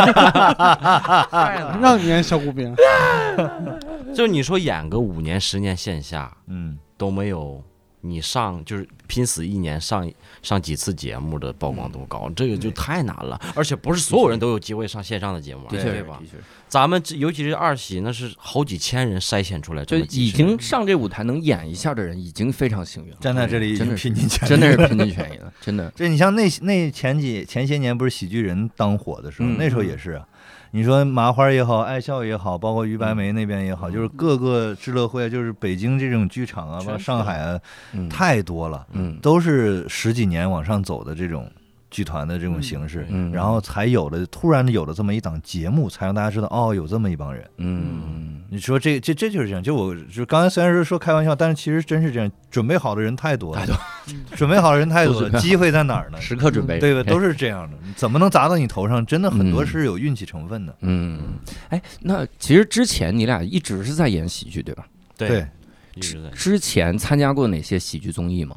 让你演小骨兵， 就你说演个五年、十年线下，嗯，都没有你上就是拼死一年上上几次节目的曝光度高，这个就太难了。而且不是所有人都有机会上线上的节目， 的确对吧？咱们尤其是二喜，那是好几千人筛选出来， 就已经上这舞台能演一下的人，已经非常幸运了。 站在这里， 真的拼尽全力， 真的是拼尽全力了，真的。 这你像那那前几前些年不是喜剧人当火的时候，嗯、那时候也是啊。你说麻花也好，爱笑也好，包括于白梅那边也好，嗯、就是各个知乐会，就是北京这种剧场啊，包括上海啊，嗯、太多了，嗯，都是十几年往上走的这种。剧团的这种形式，嗯、然后才有了，突然有了这么一档节目，才让大家知道哦，有这么一帮人。嗯，你说这这这就是这样。就我就刚才虽然是说开玩笑，但是其实真是这样。准备好的人太多了，太多，准备好的人太多了，机会在哪儿呢？ 时刻准备， 对吧？都是这样的，怎么能砸到你头上？真的很多是有运气成分的。 嗯，哎，那其实之前你俩一直是在演喜剧，对吧？ 对， 一直在。 之前参加过哪些喜剧综艺吗？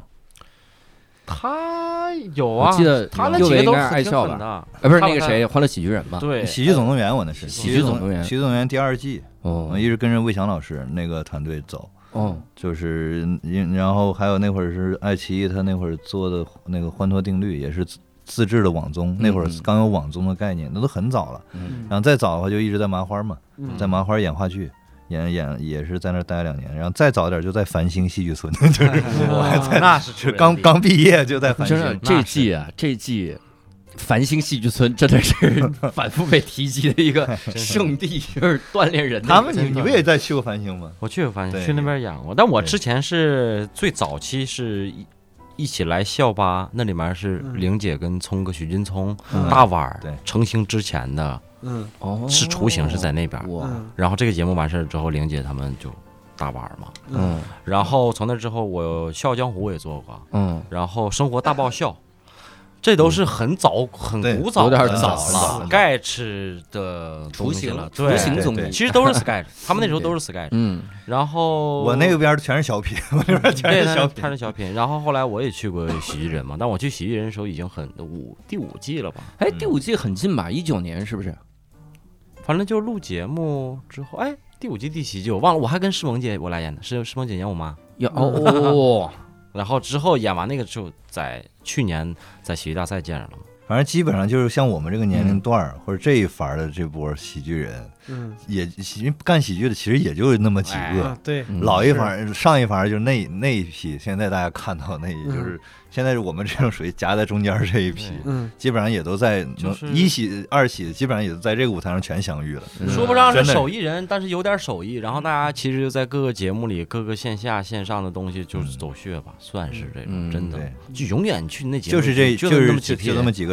他有啊， 我记得他那几个都是爱笑吧？呃，不是那个谁，欢乐喜剧人吧？ 对， 喜剧总动员，我那是喜剧总动员， 喜剧总动员第二季，哦，我一直跟着魏翔老师那个团队走，哦，就是然后还有那会儿是爱奇艺，他那会儿做的那个欢脱定律也是自制的网综，那会儿刚有网综的概念，那都很早了。然后再早的话就一直在麻花嘛，在麻花演话剧。演演也是在那儿待两年，然后再早点就在繁星戏剧村，就是我还在那是刚刚毕业就在繁星。 真的这季啊，这季繁星戏剧村真的是反复被提及的一个圣地，就是锻炼人的。 他们你你们也在去过繁星吗？ 我去过繁星，去那边演过，但我之前是最早期是一一起来校吧，那里面是玲姐跟聪哥许君聪、嗯、大碗对成型之前的。嗯，哦，是雏形是在那边，嗯、然后这个节目完事之后，玲姐他们就大玩嘛，嗯，然后从那之后，我《笑傲江湖》我也做过，嗯，然后《生活大爆笑》，这都是很早、很古早、 有点早了 ，sketch 的雏形了， 雏形综艺， 其实都是 sketch， 他们那时候都是 sketch， 嗯，然后我那边全是小品，我那边全是小品， 全是小品。然后后来我也去过喜剧人嘛，但我去喜剧人的时候已经很五第五季了吧？ 哎，第五季很近吧？一九年是不是？ 反正就录节目之后，哎，第五季第七季我忘了，我还跟施萌姐我俩演的，是施萌姐演我妈。 有哦， 然后之后演完那个之后，在去年在喜剧大赛见着了嘛。 反正基本上就是像我们这个年龄段、嗯、或者这一伐的这波喜剧人，嗯，也喜干喜剧的其实也就那么几个， 哎、对， 老一伐上一伐就是那那一批，现在大家看到那也就是。嗯现在是我们这种属于夹在中间这一批，嗯，基本上也都在、就是、一喜二喜，基本上也都在这个舞台上全相遇了。 嗯、说不上是手艺人，但是有点手艺。然后大家其实就在各个节目里，各个线下线上的东西就是走穴吧，嗯、算是这种、嗯、真的。就永远去那节目就是这就是那么几就那么几个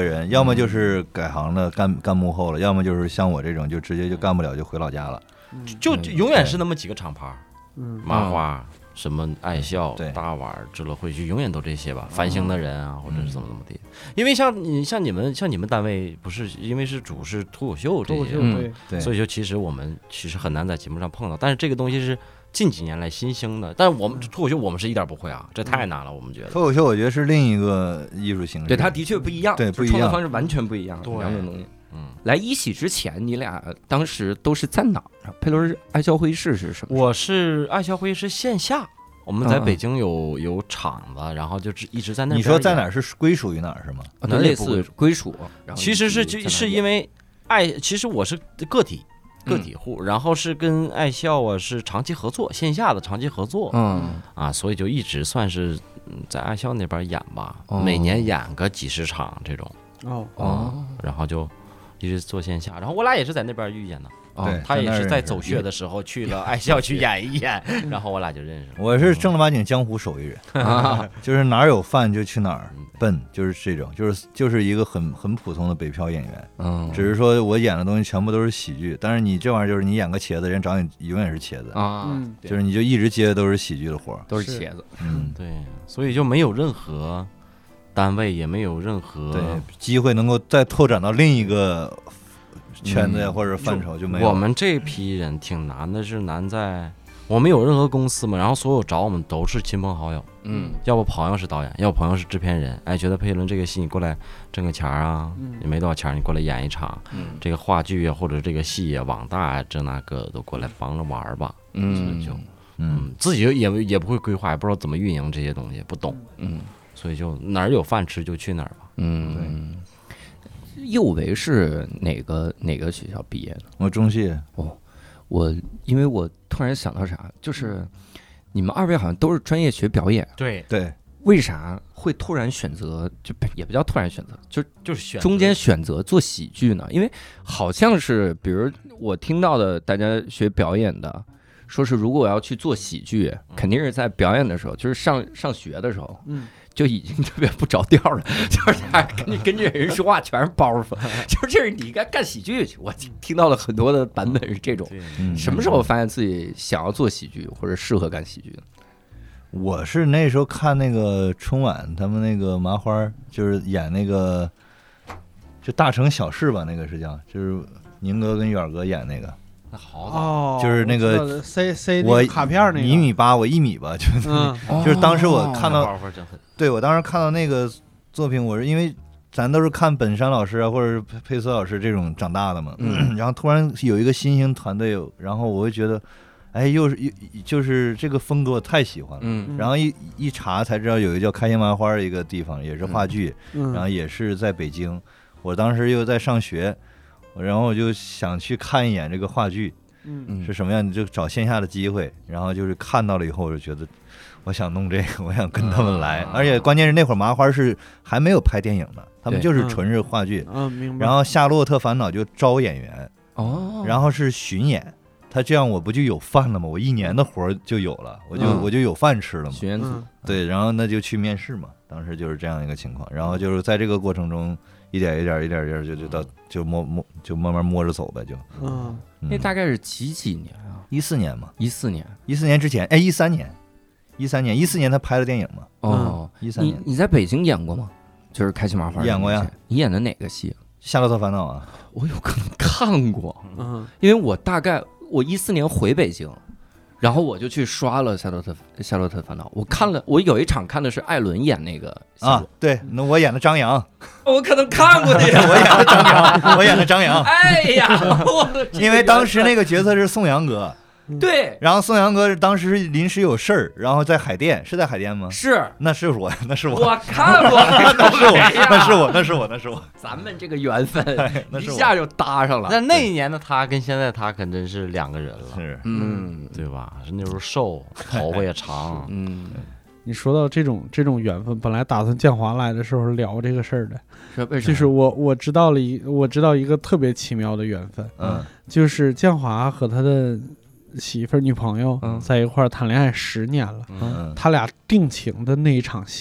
人，要么就是改行了干干幕后了，要么就是像我这种就直接就干不了就回老家了， 就永远是那么几个厂牌， 嗯， 麻花。什么爱笑、 对大碗、知乐汇聚，永远都这些吧。繁星的人啊，或者是怎么怎么地。因为像你像你们像你们单位，不是因为是主是脱口秀这些， 对对， 所以就其实我们其实很难在节目上碰到。但是这个东西是近几年来新兴的，但是我们脱口秀我们是一点不会啊，这太难了，我们觉得。 脱口秀我觉得是另一个艺术形式， 对，它的确不一样， 对，不一样， 创作方式完全不一样，两种东西。嗯，来一喜之前，你俩当时都是在哪儿？佩伦爱笑会议室是什么？ 我是爱笑会议室线下。我们在北京有有场子，然后就一直在那边。 你说在哪儿是归属于哪儿是吗？ 对，类似归属。 其实是就是因为爱，其实我是个体个体户，然后是跟爱笑啊是长期合作，线下的长期合作。嗯啊，所以就一直算是在爱笑那边演吧，每年演个几十场这种。 哦哦，然后就一直做线下，然后我俩也是在那边遇见的。 对、哦， 他也是在走穴的时候去了爱笑去演一演，然后我俩就认识了。 我是正儿八经江湖手艺人，啊、就是哪儿有饭就去哪儿奔，就是这种，就是就是一个很很普通的北漂演员。嗯，只是说我演的东西全部都是喜剧，但是你这玩意儿就是你演个茄子，人找你永远是茄子啊、嗯，就是你就一直接的都是喜剧的活， 都是茄子。 嗯，对，所以就没有任何单位，也没有任何对机会能够再拓展到另一个。圈子呀，或者范畴就没有。 我们这批人挺难的，是难在我们有任何公司嘛，然后所有找我们都是亲朋好友，嗯，要不朋友是导演，要不朋友是制片人，哎，觉得佩伦这个戏你过来挣个钱啊，嗯、也没多少钱，你过来演一场，嗯，这个话剧啊或者这个戏啊，网大啊，这那个都过来帮着玩吧，嗯，所以就嗯自己也也不会规划，也不知道怎么运营这些东西，不懂，嗯，所以就哪儿有饭吃就去哪儿吧， 嗯，对。右维是哪个哪个学校毕业的？ 我中戏。 哦，我因为我突然想到啥，就是你们二位好像都是专业学表演。 对对。 为啥会突然选择？就也不叫突然选择，就就是选中间选择做喜剧呢？因为好像是，比如我听到的，大家学表演的，说是如果我要去做喜剧，肯定是在表演的时候，就是上上学的时候。嗯。就已经特别不着调了，就是跟你跟这人说话全是包袱，就是这是你该干喜剧去。我听到了很多的版本是这种。嗯、什么时候发现自己想要做喜剧或者适合干喜剧的？ 我是那时候看那个春晚，他们那个麻花就是演那个就大城小事吧，那个是叫就是宁哥跟远哥演那个。 好哦， 就是那个塞塞我卡片那个， 你一米八，我一米吧，就、嗯、就是当时我看到， 哦、 对我当时看到那个作品，我是因为咱都是看本山老师啊，或者是佩斯老师这种长大的嘛，嗯、然后突然有一个新兴团队，然后我会觉得，哎，又是又就是这个风格我太喜欢了，嗯、然后一一查才知道有一个叫开心麻花的一个地方，也是话剧，嗯、然后也是在北京，我当时又在上学。然后我就想去看一眼这个话剧，嗯，是什么样，就找线下的机会。然后就是看到了以后，我就觉得我想弄这个，我想跟他们来。而且关键是那会儿麻花是还没有拍电影的，他们就是纯是话剧。 嗯，明白。 然后《夏洛特烦恼》就招演员，哦，然后是巡演。他这样我不就有饭了吗？我一年的活就有了，我就我就有饭吃了嘛。 巡演组对，然后那就去面试嘛。当时就是这样一个情况。然后就是在这个过程中。一点一点一点一点就就到就摸摸就慢慢摸着走呗，就嗯，那大概是几几年啊？ 一四年嘛， 一四年， 一四年之前，哎，一三年，一三年，一四年他拍了电影嘛？ 哦， 一三年， 你你在北京演过吗？就是开心麻花演过呀。 你演的哪个戏？ 夏洛特烦恼啊， 我有可能看过，嗯，因为我大概我一四年回北京。然后我就去刷了《夏洛特夏洛特烦恼》，我看了，我有一场看的是艾伦演那个啊，对，那我演的张扬， 我可能看过你， 我演的张扬，我演的张扬， 哎呀，我因为当时那个角色是宋阳哥， 对， 然后宋阳哥当时临时有事儿，然后在海淀，是在海淀吗？ 是， 那是我，那是我， 我看过， 那是我，那是我，那是我，那是我， 咱们这个缘分一下就搭上了。 那那一年的他跟现在他可真是两个人了， 是， 嗯，对吧？是那时候瘦，头发也长，嗯。 你说到这种这种缘分，本来打算建华来的时候聊这个事儿的， 是为什么？ 就是我我知道了一我知道一个特别奇妙的缘分，嗯，就是建华和他的媳妇儿女朋友在一块儿谈恋爱十年了，嗯，他俩定情的那一场戏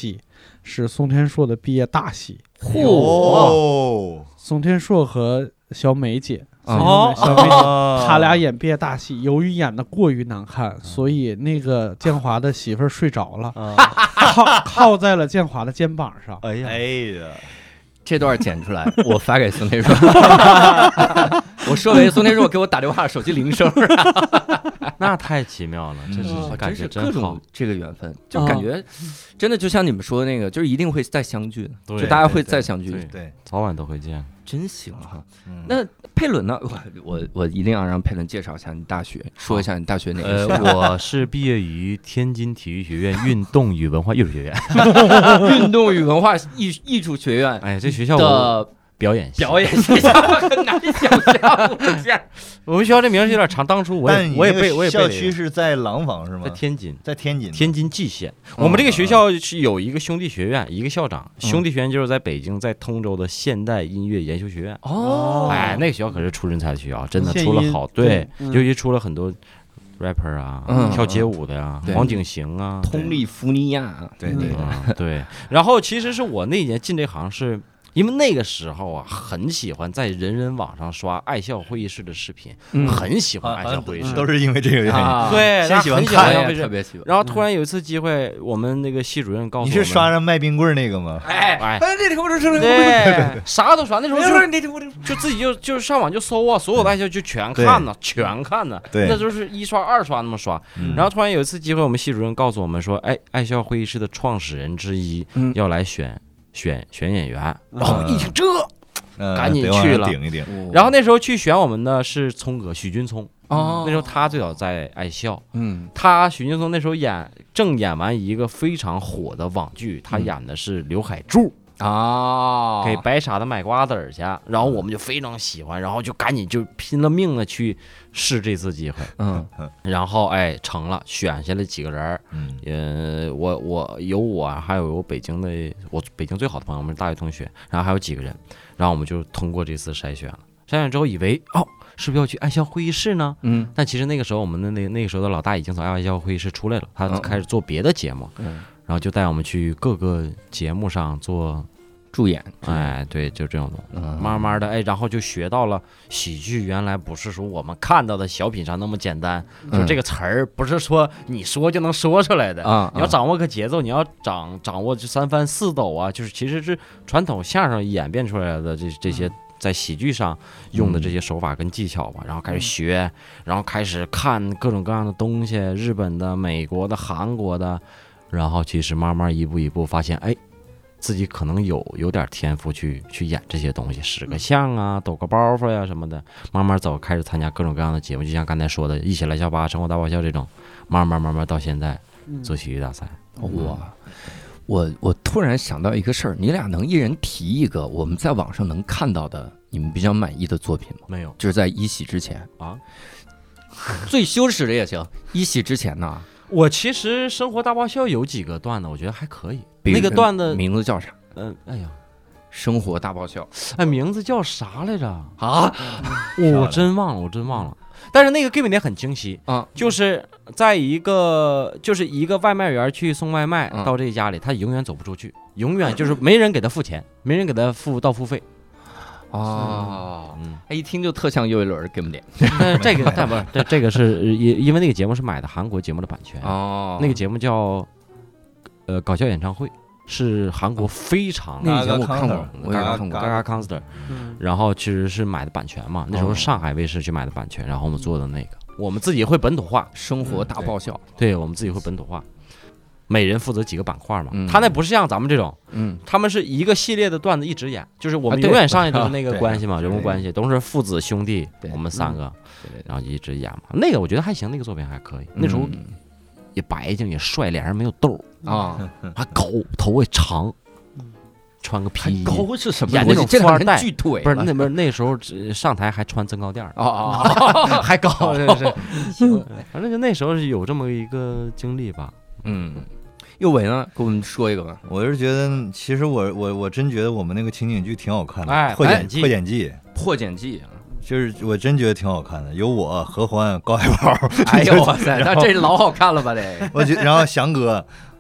是宋天硕的毕业大戏。 嚯！ 宋天硕和小美姐， 哦， 小美姐，他俩演毕业大戏，由于演的过于难看，所以那个建华的媳妇儿睡着了，靠靠在了建华的肩膀上。 哎呀， 哎呀。 这段剪出来，我发给宋天硕。我说为宋天硕给我打电话，手机铃声。 那太奇妙了，真是感觉真好。这个缘分，就感觉真的就像你们说的那个，就是一定会再相聚，就大家会再相聚， 对，早晚都会见。 真行哈！那佩伦呢？我我我一定要让佩伦介绍一下你大学，说一下你大学哪个学校。 呃，我是毕业于天津体育学院运动与文化艺术学院。 运动与文化艺艺术学院， 哎，这学校的表演系表演系很难想象。 我们学校这名字有点长，当初我也我也背我也背。 校区是在廊坊是吗？ 在天津， 在天津， 天津蓟县。我们这个学校是有一个兄弟学院，一个校长。兄弟学院就是在北京，在通州的现代音乐研修学院。 哦， 哎，那个学校可是出人才的学校，真的出了好对，尤其出了很多 rapper 啊，跳街舞的呀，黄景行啊， 通利福尼亚， 对对对对。然后其实是我那年进这行是。因为那个时候啊，很喜欢在人人网上刷爱校会议室的视频，嗯、很喜欢爱校会议室， 都是因为这个原因。 啊、对， 先喜欢看， 特别喜欢。 然后突然有一次机会，我们那个系主任告诉我们， 你是刷上卖冰棍那个吗？ 哎哎， 那天我就说， 对，啥都刷。那时候就就自己就就上网就搜啊，所有的爱校就全看呢，全看呢。 对， 那就是一刷二刷那么刷。 嗯、 然后突然有一次机会，我们系主任告诉我们说，哎，爱校会议室的创始人之一、嗯、要来选。选选演员，然后一听这， 嗯、 赶紧去了。 顶一顶。 然后那时候去选我们的是聪哥许君聪， 哦， 那时候他最早在爱校， 嗯， 他许君聪那时候演正演完一个非常火的网剧，他演的是刘海柱。 啊， 给白傻子买瓜子儿去，然后我们就非常喜欢，然后就赶紧就拼了命的去试这次机会， 嗯， 然后哎成了，选下来几个人，嗯，呃，我我有我，还有我北京的我北京最好的朋友，我们是大学同学，然后还有几个人，然后我们就通过这次筛选了，筛选之后以为哦是不是要去爱校会议室呢？ 嗯， 但其实那个时候我们的那那个时候的老大已经从爱校会议室出来了，他开始做别的节目， 嗯。 然后就带我们去各个节目上做助演， 哎，对，就这种东西，嗯、慢慢的，哎，然后就学到了喜剧原来不是说我们看到的小品上那么简单，嗯、就这个词儿不是说你说就能说出来的啊， 你要掌握个节奏，你要掌掌握这三翻四抖啊，就是其实是传统相声演变出来的这这些。在喜剧上用的这些手法跟技巧吧，然后开始学，然后开始看各种各样的东西，日本的、美国的、韩国的。然后其实慢慢一步一步发现，哎，自己可能有有点天赋去去演这些东西，使个相啊，抖个包袱呀什么的。慢慢走，开始参加各种各样的节目，就像刚才说的《一起来校吧》《生活大爆笑》这种，慢慢慢慢到现在做喜剧大赛。 哇！我我突然想到一个事儿，你俩能一人提一个我们在网上能看到的你们比较满意的作品吗？ 没有， 就是在一喜之前啊， 最羞耻的也行。一喜之前呢？ 我其实生活大爆笑有几个段子，我觉得还可以。那个段子名字叫啥？ 嗯，哎呀， 生活大爆笑， 哎，名字叫啥来着？ 啊， 我真忘了，我真忘了。但是那个 give 点很清晰啊，就是在一个就是一个外卖员去送外卖到这家里，他永远走不出去，永远就是没人给他付钱，没人给他付到付费。 哦，嗯，一听就特像又一轮 give 点。 但是这个但不是这这个是因因为那个节目是买的韩国节目的版权哦， 那个节目叫呃搞笑演唱会。是韩国非常那以前我看过，我也看过， 嘎嘎 Concert， 然后其实是买的版权嘛，那时候上海卫视去买的版权，然后我们做的那个，我们自己会本土化， 生活大爆笑， 对我们自己会本土化，每人负责几个板块嘛，他那不是像咱们这种，嗯，他们是一个系列的段子一直演，就是我们永远上去都是那个关系嘛，人物关系都是父子兄弟，我们三个，然后一直演嘛，那个我觉得还行，那个作品还可以，那时候。也白净也帅，脸上没有痘啊，还高，头也长，穿个皮衣， 高是什么？ 演那种富二代， 巨腿不是那边那时候上台还穿增高垫啊啊， 还高，是反正就那时候是有这么一个经历吧。 嗯，右伟呢，给我们说一个吧。 我是觉得，其实我我我真觉得我们那个情景剧挺好看的， 哎， 破茧破茧记， 破茧记。 就是我真觉得挺好看的，有我何欢、高海宝， 哎呦哇塞，那这老好看了吧得。 我觉，然后翔哥，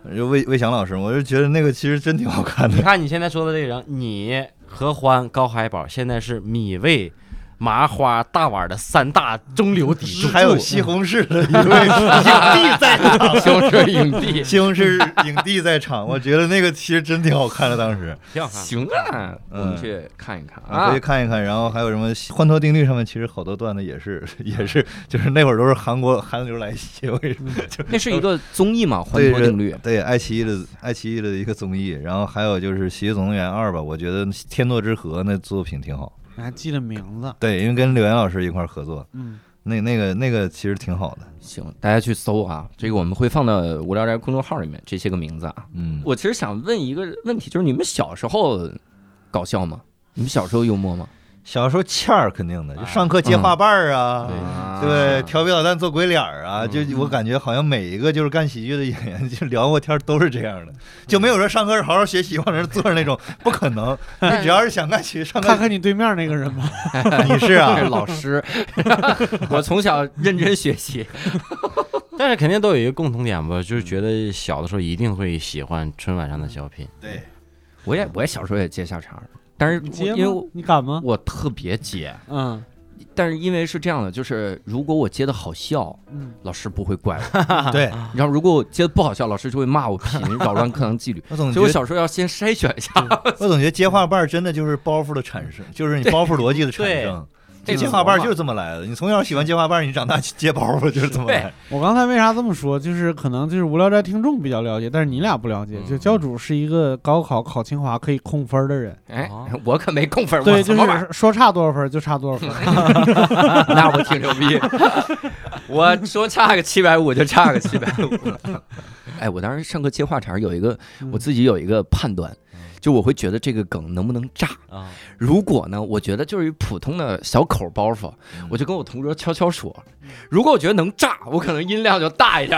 就魏魏翔老师，我就觉得那个其实真挺好看的。 你看你现在说的这个人，你何欢、高海宝现在是米味、麻花、大碗的三大中流砥柱， 还有西红柿的一位影帝在场， 西红柿影帝， 西红柿影帝在场，我觉得那个其实真挺好看的，当时挺好看。 行啊，我们去看一看啊，可以看一看。然后还有什么换托定律上面，其实好多段子也是也是，就是那会儿都是韩国韩流来袭，为什么？ 那是一个综艺嘛，换托定律， 对，爱奇艺的爱奇艺的一个综艺。然后还有就是《喜剧总动员二》吧，我觉得《天作之合》那作品挺好。 你还记得名字？ 对，因为跟柳岩老师一块合作， 嗯， 那那个那个其实挺好的。 行，大家去搜啊，这个我们会放到无聊斋公众号里面这些个名字啊。 嗯， 我其实想问一个问题，就是你们小时候搞笑吗？你们小时候幽默吗？ 小时候欠儿肯定的，就上课接画瓣儿啊，嗯、对, 对，调皮捣蛋做鬼脸儿啊，嗯、就我感觉好像每一个就是干喜剧的演员就聊过天都是这样的，就没有说上课好好学习往那儿坐着那种，不可能。你只要是想干喜剧，上课看看你对面那个人吧， 你是啊， 老师，我从小认真学习。 但是肯定都有一个共同点吧，就是觉得小的时候一定会喜欢春晚上的小品。 对， 我也我也小时候也接下茬。但是因为你敢吗？ 我特别接， 嗯， 但是因为是这样的，就是如果我接的好笑，嗯，老师不会怪我，对。 然后如果我接的不好笑，老师就会骂我贫，扰乱课堂纪律。 我总所以我小时候要先筛选一下。 我总觉得接话瓣真的就是包袱的产生，就是你包袱逻辑的产生。这接话瓣就是这么来的，你从小喜欢接话瓣，你长大接包袱就是这么来。 我刚才为啥这么说？就是可能就是无聊斋听众比较了解，但是你俩不了解。就教主是一个高考考清华可以控分的人， 哎，我可没控分。 对，就是说差多少分就差多少分。 那我挺牛逼，我说差个七百五就差个七百五。哎，我当时上课接话茬有一个，我自己有一个判断。就我会觉得这个梗能不能炸啊？如果呢，我觉得就是普通的小口包袱，我就跟我同桌悄悄说。如果我觉得能炸，我可能音量就大一点。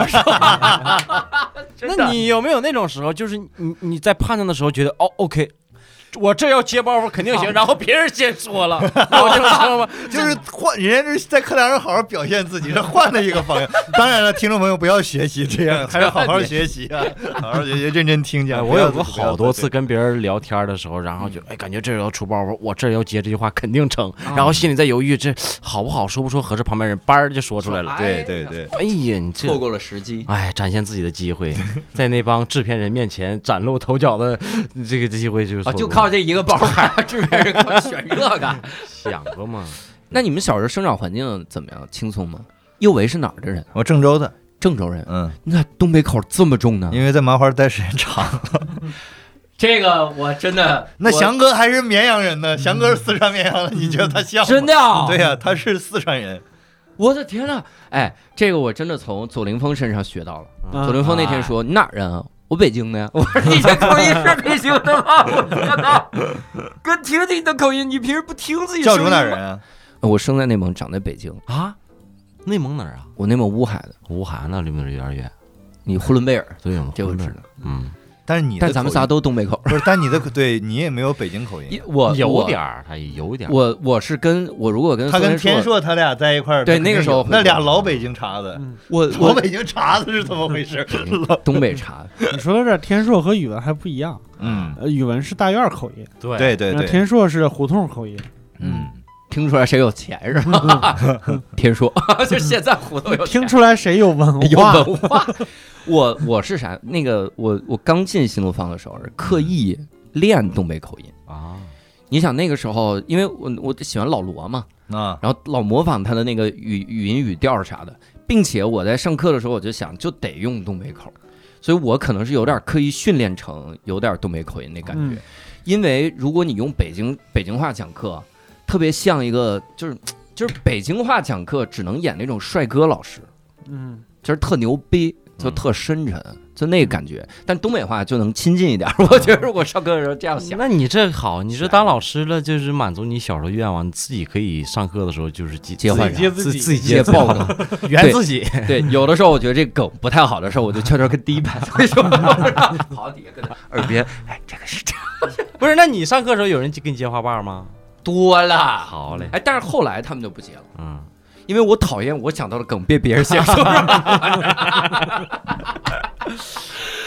那你有没有那种时候，就是你你在判断的时候觉得哦 ，OK。我这要接包袱肯定行，然后别人先说了，我就说吧， 就是换人家是在课堂上好好表现自己，是换了一个方向。当然了，听众朋友不要学习这样，还是好好学习啊，好好学习，认真听讲。 我有过好多次跟别人聊天的时候，然后就哎感觉这要出包袱，我这要接这句话肯定成，然后心里在犹豫这好不好，说不说合适，旁边人叭儿就说出来了。 对对对， 哎呀，你这错过了时机， 哎，展现自己的机会，在那帮制片人面前崭露头角的这个机会就是就靠这一个包还制片人给我选这个， 想过吗？ 那你们小时候生长环境怎么样？轻松吗？右维是哪儿的人？ 我郑州的， 郑州人。 嗯， 那东北口这么重呢？ 因为在麻花待时间长。 这个我真的， 那翔哥还是绵阳人呢，翔哥是四川绵阳的，你觉得他像吗？ 真的啊？ 对呀、啊，他是四川人。 我的天哪！哎，这个我真的从左凌峰身上学到了。嗯、左凌峰那天说：“你哪儿人啊？”我北京的呀。我说你这口音是北京的吗？我天哪！哥听听你的口音，你平时不听自己声音吗？ 教主哪人啊？ 我生在内蒙，长在北京啊。内蒙哪儿啊？ 我内蒙乌海的。 乌海那离不离有点远？ 你呼伦贝尔， 对吗？ 这我知道。 嗯。 但是你， 但咱们仨都东北口， 不是？但你的对你也没有北京口音， 我有点儿，他有点儿。 我我是跟我如果跟他跟天硕他俩在一块儿， 对那个时候那俩老北京碴子， 我老北京碴子是怎么回事？ 东北碴子。 你说到这，天硕和语文还不一样，嗯，语文是大院口音， 对对对对， 天硕是胡同口音， 嗯。听出来谁有钱是吧？天硕，就现在胡同有钱。 听出来谁有文化？ 有文化。我我是啥？那个我我刚进新东方的时候，刻意练东北口音啊。你想那个时候，因为我我喜欢老罗嘛啊，然后老模仿他的那个语语音语调啥的，并且我在上课的时候我就想就得用东北口，所以我可能是有点刻意训练成有点东北口音那感觉。嗯、因为如果你用北京北京话讲课。特别像一个，就是就是北京话讲课只能演那种帅哥老师，嗯，就是特牛逼，就特深沉，就那个感觉。但东北话就能亲近一点。我觉得如果上课的时候这样想， 那你这好，你这当老师了，就是满足你小时候愿望，你自己可以上课的时候就是接接话接自己自己接爆梗， 圆自己。 对，有的时候我觉得这梗不太好的时候，我就悄悄跟第一排同学跑底下跟他耳边，哎，这个是这样。 不是，那你上课的时候有人给你接话瓣吗？ 多了， 好嘞！ 哎，但是后来他们就不接了，嗯，因为我讨厌我想到的梗被别人先说。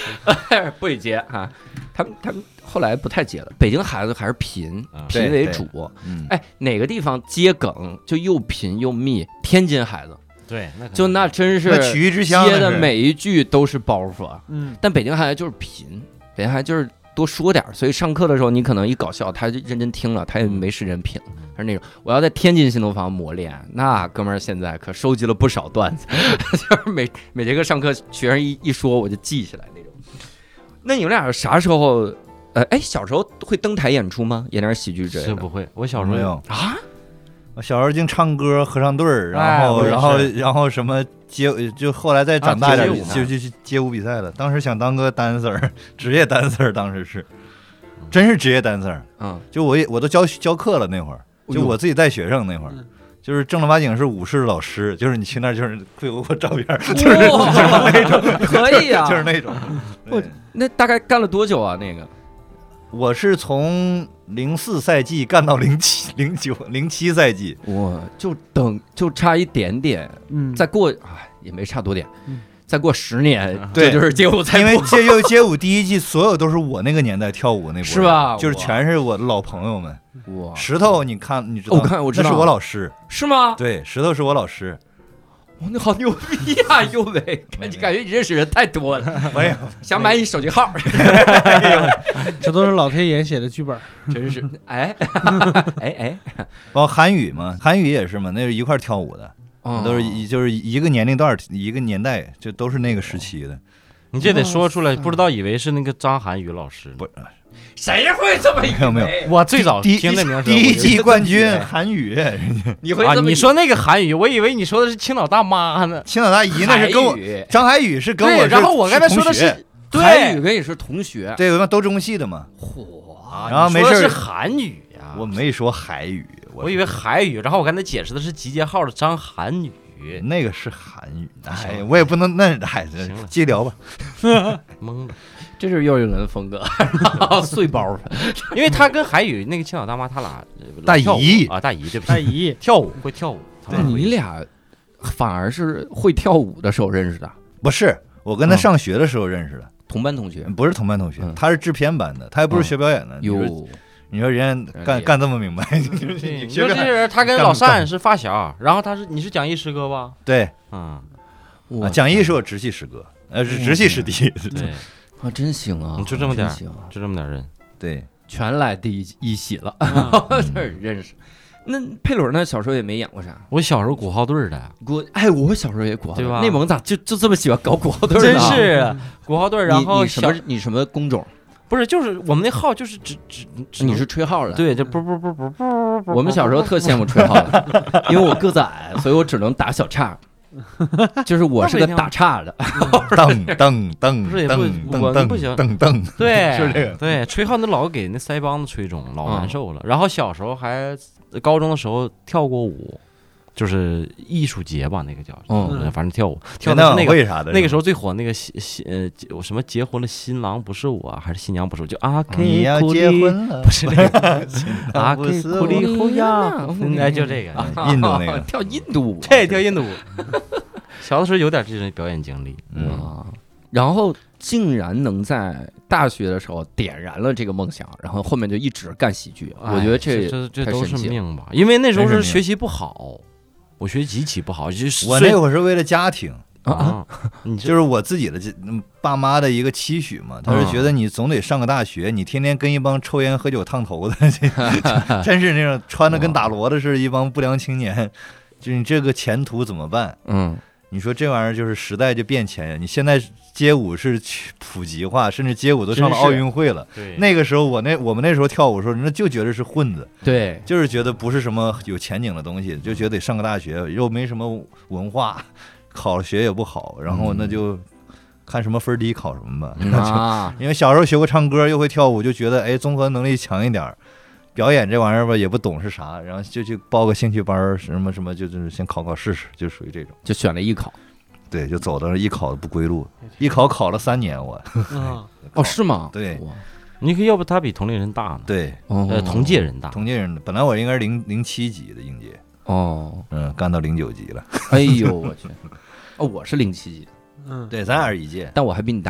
不许接哈。他们他们后来不太接了。北京孩子还是贫，贫为主。哎，哪个地方接梗就又贫又密？天津孩子。 对，那就那真是曲艺之乡， 接的每一句都是包袱。嗯，但北京孩子就是贫，北京孩子就是多说点，所以上课的时候你可能一搞笑，他就认真听了，他也没时间品了。他是那种我要在天津新东方磨练，那哥们儿现在可收集了不少段子，就是每每节课上课学生一一说我就记下来那种。那你们俩啥时候？呃，哎，小时候会登台演出吗？演点喜剧之类的？ 是不会，我小时候没有啊。 我小时候净唱歌、合唱队儿，然后、哎、然后然后什么街，就后来再长大点、啊、就就就街舞比赛了。当时想当个 dancer， 职业 dancer， 当时是，真是职业 dancer。嗯，就我也我都教教课了那会儿，就我自己带学生那会儿。就是正儿八经是武士老师，就是你去那儿就是会有我照片，就是就是那种， 可以啊， 就是那种。 我那大概干了多久啊？那个我是从零四赛季干到零七、零九、零七赛季， 我就等就差一点点，嗯，再过啊也没差多点，嗯，再过十年， 对， 就是街舞赛， 因为街又街舞第一季所有都是我那个年代跳舞那波， 是吧？ 就是全是我的老朋友们。 哇， 石头，你看，你知道？ 我看我知道， 那是我老师， 是吗？ 对，石头是我老师。 哇，那好牛逼呀，优伟！你感觉你认识人太多了。没有，想买你手机号。 这都是老天爷写的剧本， 真是。哎，哎哎， 包括韩语嘛，韩语也是嘛，那是一块跳舞的，哦、都是一就是一个年龄段一个年代，就都是那个时期的。 你这得说出来，不知道以为是那个张涵予老师， 不， 谁会这么以为？ 没有没有， 我最早听那名第一季冠军韩语， 你会啊？你说那个韩语，我以为你说的是青岛大妈呢。 青岛大姨那是跟我张涵予是跟我， 然后我刚才说的是韩语跟你是同学， 对，我们都中戏的嘛。 嚯， 然后没事是韩语呀， 我没说海语， 我以为海语，然后我刚才解释的是集结号的张涵予。 那个是韩语，哎，我也不能那哎，接聊吧， 懵了， 这就是幼儿园风格，碎包， 因为他跟海宇那个青岛大妈，他俩大姨啊，大姨对不对？大姨跳舞会跳舞， 对你俩反而是会跳舞的时候认识的？ 不是，我跟他上学的时候认识的， 同班同学， 不是同班同学，他是制片班的，他也不是学表演的， 有。 你说人家干干这么明白， 你说这人他跟老单是发小，然后他是你是蒋毅师哥吧？ 对， 嗯， 啊，蒋毅是我直系师哥，呃，是直系师弟， 对， 啊，真行啊， 就这么点，就这么点人， 对， 全来第一一喜了，这认识。那佩伦呢？小时候也没演过啥？ 我小时候鼓号队的， 鼓哎，我小时候也鼓号队， 对吧？ 内蒙咋就就这么喜欢搞鼓号队？ 真是鼓号队，然后你什么你什么工种？ 不是，就是我们那号就是只只你是吹号的， 对，就不不不不不。 我们小时候特羡慕吹号的，因为我个子矮，所以我只能打小岔，就是我是个打岔的， 噔噔噔， 不是也不我不行， 噔噔， 对， 是这个， 对，吹号那老给那腮帮子吹肿，老难受了。然后小时候还高中的时候跳过舞。就是艺术节吧，那个叫，嗯，反正跳舞，跳的是那个为啥的？ 那个时候最火那个新新呃什么结婚了新郎不是我，还是新娘不是我，就阿 K 你要结婚了， 不是那个阿 K 库里呼呀，哎，就这个印度那个跳印度舞， 这跳印度舞。小的时候有点这种表演经历， 嗯，然后竟然能在大学的时候点燃了这个梦想，然后后面就一直干喜剧。我觉得这这这都是命吧，因为那时候是学习不好。我学习极其不好，就是我那会儿是为了家庭啊， 就是我自己的爸妈的一个期许嘛。他是觉得你总得上个大学，你天天跟一帮抽烟喝酒烫头的，真是那种穿的跟打锣的似的，一帮不良青年，就你这个前途怎么办？嗯，你说这玩意儿就是时代就变迁呀。你现在街舞是普及化，甚至街舞都上了奥运会了。 对， 那个时候我那我们那时候跳舞的时候，那就觉得是混子， 对， 就是觉得不是什么有前景的东西，就觉得得上个大学，又没什么文化，考学也不好，然后那就看什么分低考什么吧。嗯、啊，因为小时候学过唱歌，又会跳舞，就觉得哎，综合能力强一点。表演这玩意儿吧，也不懂是啥，然后就去报个兴趣班，什么什么，就是先考考试试，就属于这种， 就选了艺考。 对，就走到艺考的不归路，艺考考了三年我。 啊，哦，是吗？ 对， 你可要不他比同龄人大呢？ 对， 呃，同届人大， 同届人，本来我应该是零零七级的应届， 哦， 嗯，干到零九级了。 哎呦我去，哦，我是零七级， 嗯，对，咱俩是一届， 但我还比你大。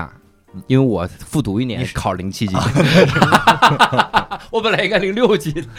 因为我复读一年考零七级，我本来应该零六级的。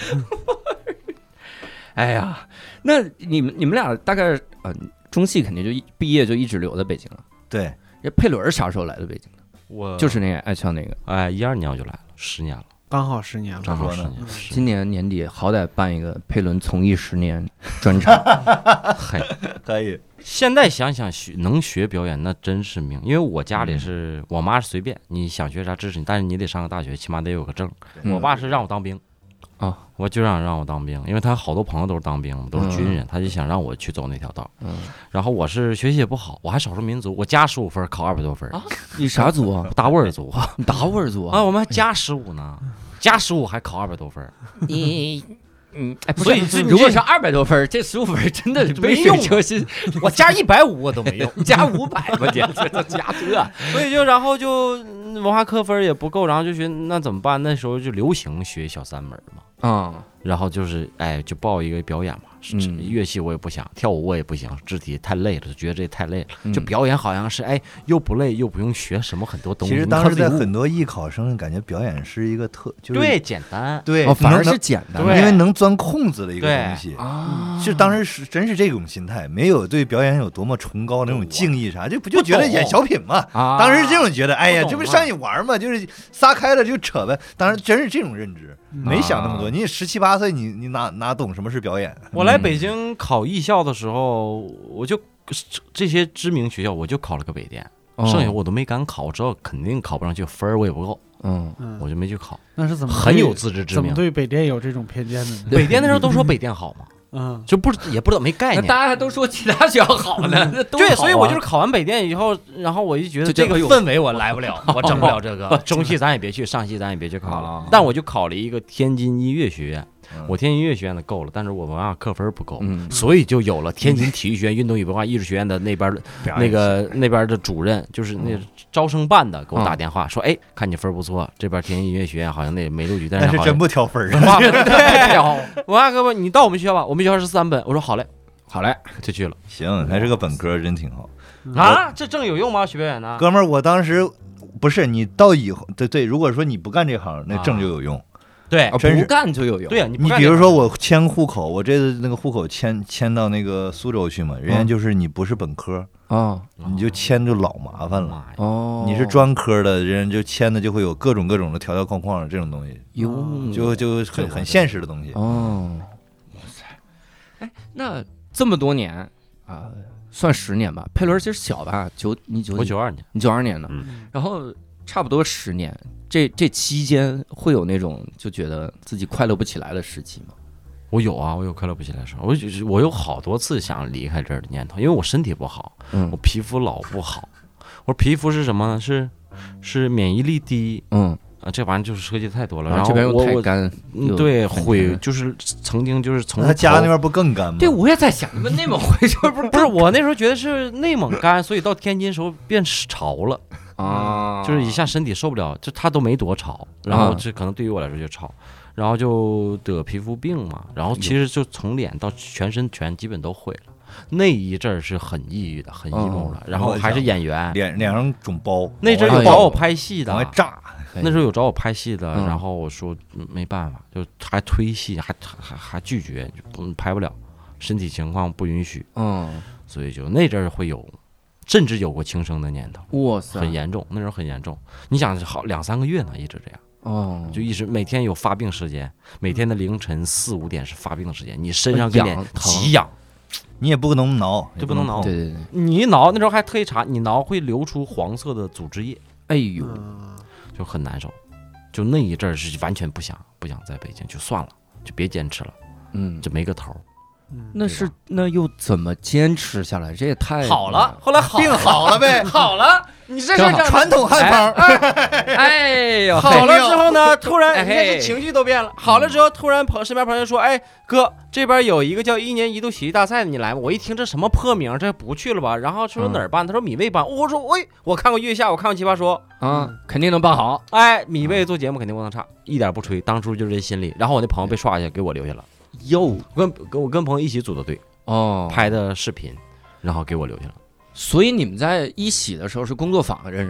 哎呀，那你们你们俩大概呃中戏肯定就毕业就一直留在北京了。 对， 佩伦啥时候来的北京的？ 我就是那个爱笑那个， 哎，一二年我就来了，十年了。 刚好十年了， 刚好十年。 今年年底好歹办一个佩伦从艺十年专场， 嗨， 可以。 现在想想学能学表演那真是命，因为我家里是、嗯、我妈是随便，你想学啥支持你，但是你得上个大学，起码得有个证。嗯、我爸是让我当兵。 啊， 我就让让我当兵，因为他好多朋友都是当兵，都是军人，嗯、他就想让我去走那条道。嗯，然后我是学习也不好，我还少数民族，我加十五分，考二百多分啊！你啥族啊？ 达斡尔族。 你达斡尔族啊？ 啊，我们还加十五呢，加十五还考二百多分。 你。嗯，哎，不是，如果是二百多分，这十五分真的没用。我加一百五我都没用， 加五百吧，这这加这， 所以就然后就文化课分也不够，然后就学那怎么办？那时候就流行学小三门嘛，啊、嗯，然后就是哎，就报一个表演嘛。嗯、乐器我也不想，跳舞我也不行，肢体太累了，就觉得这太累了。嗯、就表演好像是哎，又不累又不用学什么很多东西。 其实当时在很多艺考生感觉表演是一个特，就是、 对简单， 对、 哦，反而是简单， 因为能钻空子的一个东西啊。是当时是真是这种心态，没有对表演有多么崇高的那种敬意啥，就不就觉得演小品嘛。啊、当时是这种觉得，哎呀，这不上去玩嘛，就是撒开了就扯呗。当时真是这种认知，没想那么多。啊、你十七八岁，你你哪哪懂什么是表演？ 我来北京考艺校的时候，我就这些知名学校我就考了个北电，哦、剩下我都没敢考，我知道肯定考不上去，分儿我也不够，嗯，我就没去考。 那是怎么很有自知之明？ 怎么对北电有这种偏见的呢？ 北电那时候都说北电好嘛，嗯，就不也不知道没概念， 大家还都说其他学校好呢，啊、 对，所以我就是考完北电以后，然后我就觉得这个氛围我来不了，我整不了这个，中戏咱也别去，上戏咱也别去考了，但我就考了一个天津音乐学院。我天津音乐学院的够了，但是我文化课分不够，嗯、所以就有了天津体育学院运动与文化艺术学院的那边那个那边的主任，就是那招生办的，给我打电话说，哎，看你分不错，这边天津音乐学院好像那没录取，但是真不挑分文化对，文化课本你到我们学校吧，我们学校是三本，我说好嘞， 好嘞， 就去了。 行，还是个本科，真挺好啊！这证有用吗？学表演呢？ 哥们儿，我当时不是你到以后，对对，如果说你不干这行，那证就有用。 对， 真是不干就有用。 对呀、啊， 你你比如说我迁户口，我这次那个户口迁迁到那个苏州去嘛，人家就是你不是本科啊，你就迁就老麻烦了。哦，你是专科的，人家就迁的就会有各种各种的条条框框这种东西，哟，就就很很现实的东西。 哦，哇塞，哎，那这么多年啊，算十年吧。佩伦其实小吧，九你九我九二年， 你九二年的，嗯、然后差不多十年。这这期间会有那种就觉得自己快乐不起来的时期吗？ 我有啊，我有快乐不起来的时候，我我有好多次想离开这儿的念头，因为我身体不好，嗯、我皮肤老不好。我说皮肤是什么呢？是是免疫力低，嗯啊，这玩意儿就是涉及太多了。然后这边又太干， 对，会就是曾经就是从他家那边不更干吗？ 对，我也在想，你们内蒙回去不是不是我那时候觉得是内蒙干，所以到天津时候变潮了。啊，就是一下身体受不了，就他都没多潮，然后这可能对于我来说就潮，然后就得皮肤病嘛，然后其实就从脸到全身全基本都毁了。那一阵儿是很抑郁的，很 emo 的，然后还是演员， 脸脸上肿包。 那阵有找我拍戏的， 往外炸。 那时候有找我拍戏的，然后我说没办法，就还推戏，还还还拒绝，就不拍不了，身体情况不允许。嗯，所以就那阵儿会有。甚至有过轻生的念头， 哇塞， 很严重，那时候很严重。你想好两三个月呢，一直这样，哦，就一直每天有发病时间，每天的凌晨四五点是发病的时间，你身上跟脸急痒， 你也不能挠， 就不能挠， 对对对， 你一挠，那时候还特意查，你挠会流出黄色的组织液， 哎呦， 就很难受。就那一阵是完全不想不想在北京，就算了，就别坚持了，嗯，就没个头。 那是那又怎么坚持下来？这也太好了，后来好病好了呗， 好了，你这是传统汉方。 哎呦， 好了之后呢，突然你看这情绪都变了。好了之后，突然朋身边朋友说：“哎，哥，这边有一个叫一年一度喜剧大赛的，你来吗？”我一听这什么破名，这不去了吧？然后说哪儿办？他说米未办。我说喂，我看过月下，我看过奇葩说， 啊，肯定能办好。 哎，米未做节目肯定不能差，一点不吹。当初就是这心理。然后我那朋友被刷下去，给我留下了。 哟， 跟跟我跟朋友一起组的队哦，拍的视频，然后给我留下了。 所以你们在一喜的时候是工作坊认识的？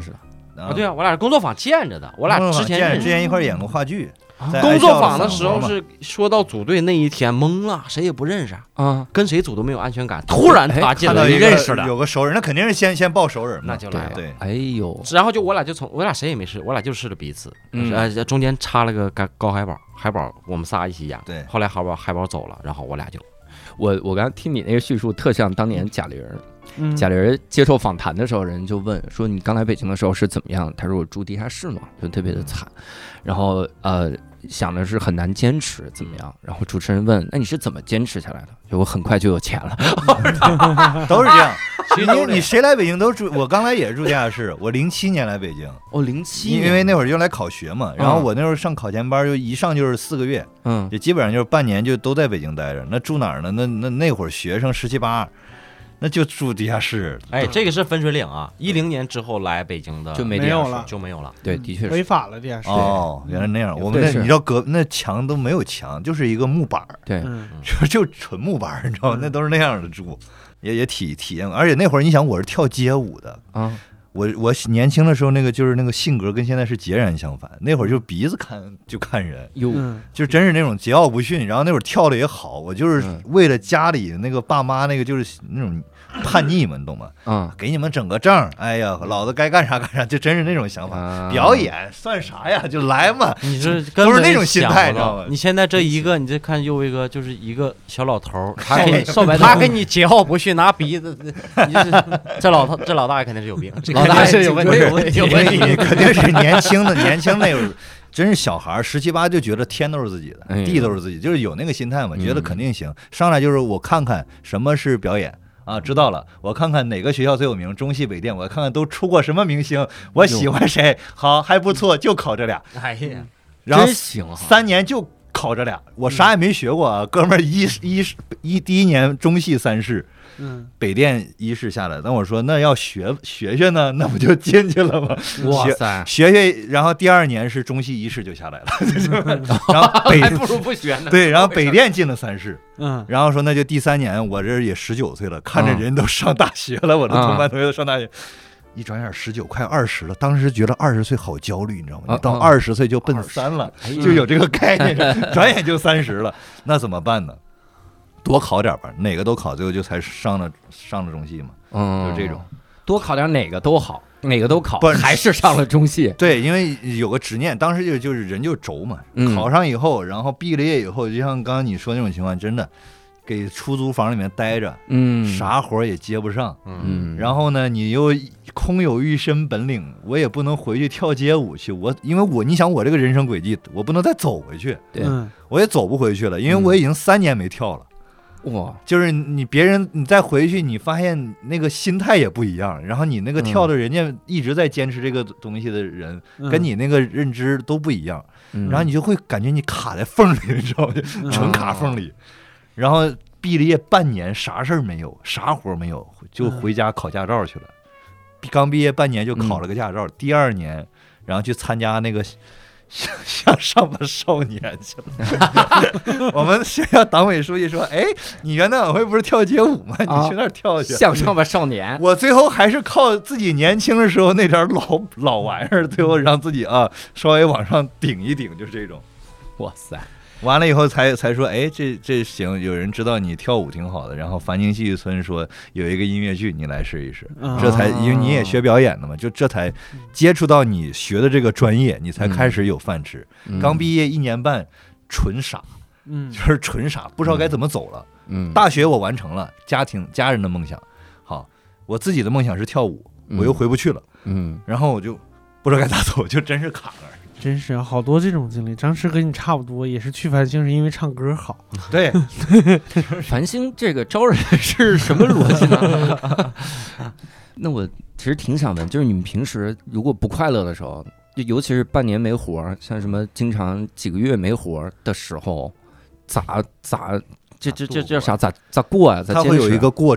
啊，对啊，我俩工作坊见着的，我俩之前之前一块演过话剧。 工作坊的时候是说到组队那一天懵了，谁也不认识啊，跟谁组都没有安全感。突然他进来认识的， 有个熟人，那肯定是先先报熟人， 那就来了。 对， 哎呦， 然后就我俩就从我俩谁也没试，我俩就试了彼此，呃，中间插了个高高海宝，海宝我们仨一起演。 对， 后来海宝海宝走了，然后我俩就， 我我刚才听你那个叙述，特像当年贾玲。贾玲接受访谈的时候，人就问说：“你刚来北京的时候是怎么样？”她说：“我住地下室嘛，就特别的惨。”然后呃，想的是很难坚持怎么样？然后主持人问：“那你是怎么坚持下来的？”就我很快就有钱了， 都是这样。其实你谁来北京都住，我刚来也是住地下室。我零七年来北京， 哦，零七， 因为那会儿就来考学嘛。然后我那时候上考前班，就一上就是四个月，嗯，就基本上就是半年就都在北京待着。那住哪儿呢？那那那会儿学生十七八。那就住地下室， 哎，这个是分水岭啊！一零年之后来北京的就没没有了， 就没有了。 对，的确是违法了地下室。 哦，原来那样。我们那你知道隔那墙都没有墙，就是一个木板儿， 对， 就就纯木板儿，你知道吗？那都是那样的住，也也体体验。而且那会儿你想，我是跳街舞的啊，我我年轻的时候那个就是那个性格跟现在是截然相反。那会儿就鼻子看就看人， 哟， 就真是那种桀骜不驯。然后那会儿跳的也好，我就是为了家里那个爸妈那个就是那种。叛逆嘛，你懂吗？嗯，给你们整个证，哎呀，老子该干啥干啥，就真是那种想法。啊、表演算啥呀？就来嘛！ 你这都是那种心态，你知道吗？ 你现在这一个，你再看右一个，就是一个小老头，他给你他给你桀骜不驯，拿鼻子，你就是这老头这老大爷肯定是有病， 老大爷是有问题， 有问题，有问题，肯定是年轻的，年轻那会儿。真是小孩十七八就觉得天都是自己的，哎、地都是自己，就是有那个心态嘛，觉得肯定行。上来就是我看看什么是表演。啊，知道了，我看看哪个学校最有名，中戏北电，我看看都出过什么明星，我喜欢谁，好还不错，就考这俩。 哎呀， 然后真行， 三年就考这俩，我啥也没学过啊，哥们儿一一一第一年中戏三试。嗯，北电一试下来，但我说那要学学学呢，那不就进去了吗？ 哇塞， 学学，然后第二年是中戏一试就下来了，然后北还不如不学呢。 对，然后北电进了三试，嗯，然后说那就第三年，我这也十九岁了，看着人都上大学了，我的同班同学都上大学，一转眼十九快二十了，当时觉得二十岁好焦虑，你知道吗？你到二十岁就奔三了，就有这个概念，转眼就三十了，那怎么办呢？多考点吧，哪个都考，最后就才上了上了中戏嘛，嗯，就这种， 多考点哪个都好，哪个都考，还是上了中戏。 对，因为有个执念，当时就就是人就轴嘛，嗯、考上以后，然后毕了业以后，就像刚刚你说那种情况，真的给出租房里面待着，嗯，啥活也接不上，嗯，然后呢，你又空有一身本领，我也不能回去跳街舞去，我因为我你想我这个人生轨迹，我不能再走回去， 对， 我也走不回去了，因为我已经三年没跳了。哇，就是你别人你再回去，你发现那个心态也不一样，然后你那个跳的人家一直在坚持这个东西的人，嗯、跟你那个认知都不一样，嗯、然后你就会感觉你卡在缝里，你知道吗？纯卡缝里。嗯、然后毕了业半年，啥事儿没有，啥活没有，就回家考驾照去了。嗯、刚毕业半年就考了个驾照，嗯、第二年然后去参加那个。向向上吧少年去了。我们学校党委书记说：“哎，你元旦晚会不是跳街舞吗？你去那儿跳去。” 向上吧少年。 我最后还是靠自己年轻的时候那点老老玩意儿，最后让自己啊稍微往上顶一顶，就是这种。 哇塞！ 完了以后才才说，哎，这这行，有人知道你跳舞挺好的。然后繁星戏剧村说有一个音乐剧，你来试一试。啊、这才因为你也学表演的嘛，就这才接触到你学的这个专业，你才开始有饭吃。嗯、刚毕业一年半，纯傻，嗯，就是纯傻，不知道该怎么走了。嗯，大学我完成了，家庭家人的梦想，好，我自己的梦想是跳舞，我又回不去了。嗯，然后我就不知道该咋走，就真是卡那儿。 真是好多这种经历，张弛跟你差不多，也是去繁星是因为唱歌好。 对， 繁星这个招人是什么逻辑呢？那我其实挺想问，就是你们平时如果不快乐的时候，尤其是半年没活，像什么经常几个月没活的时候，咋咋这这这叫啥？咋咋过啊？ 它会有一个过程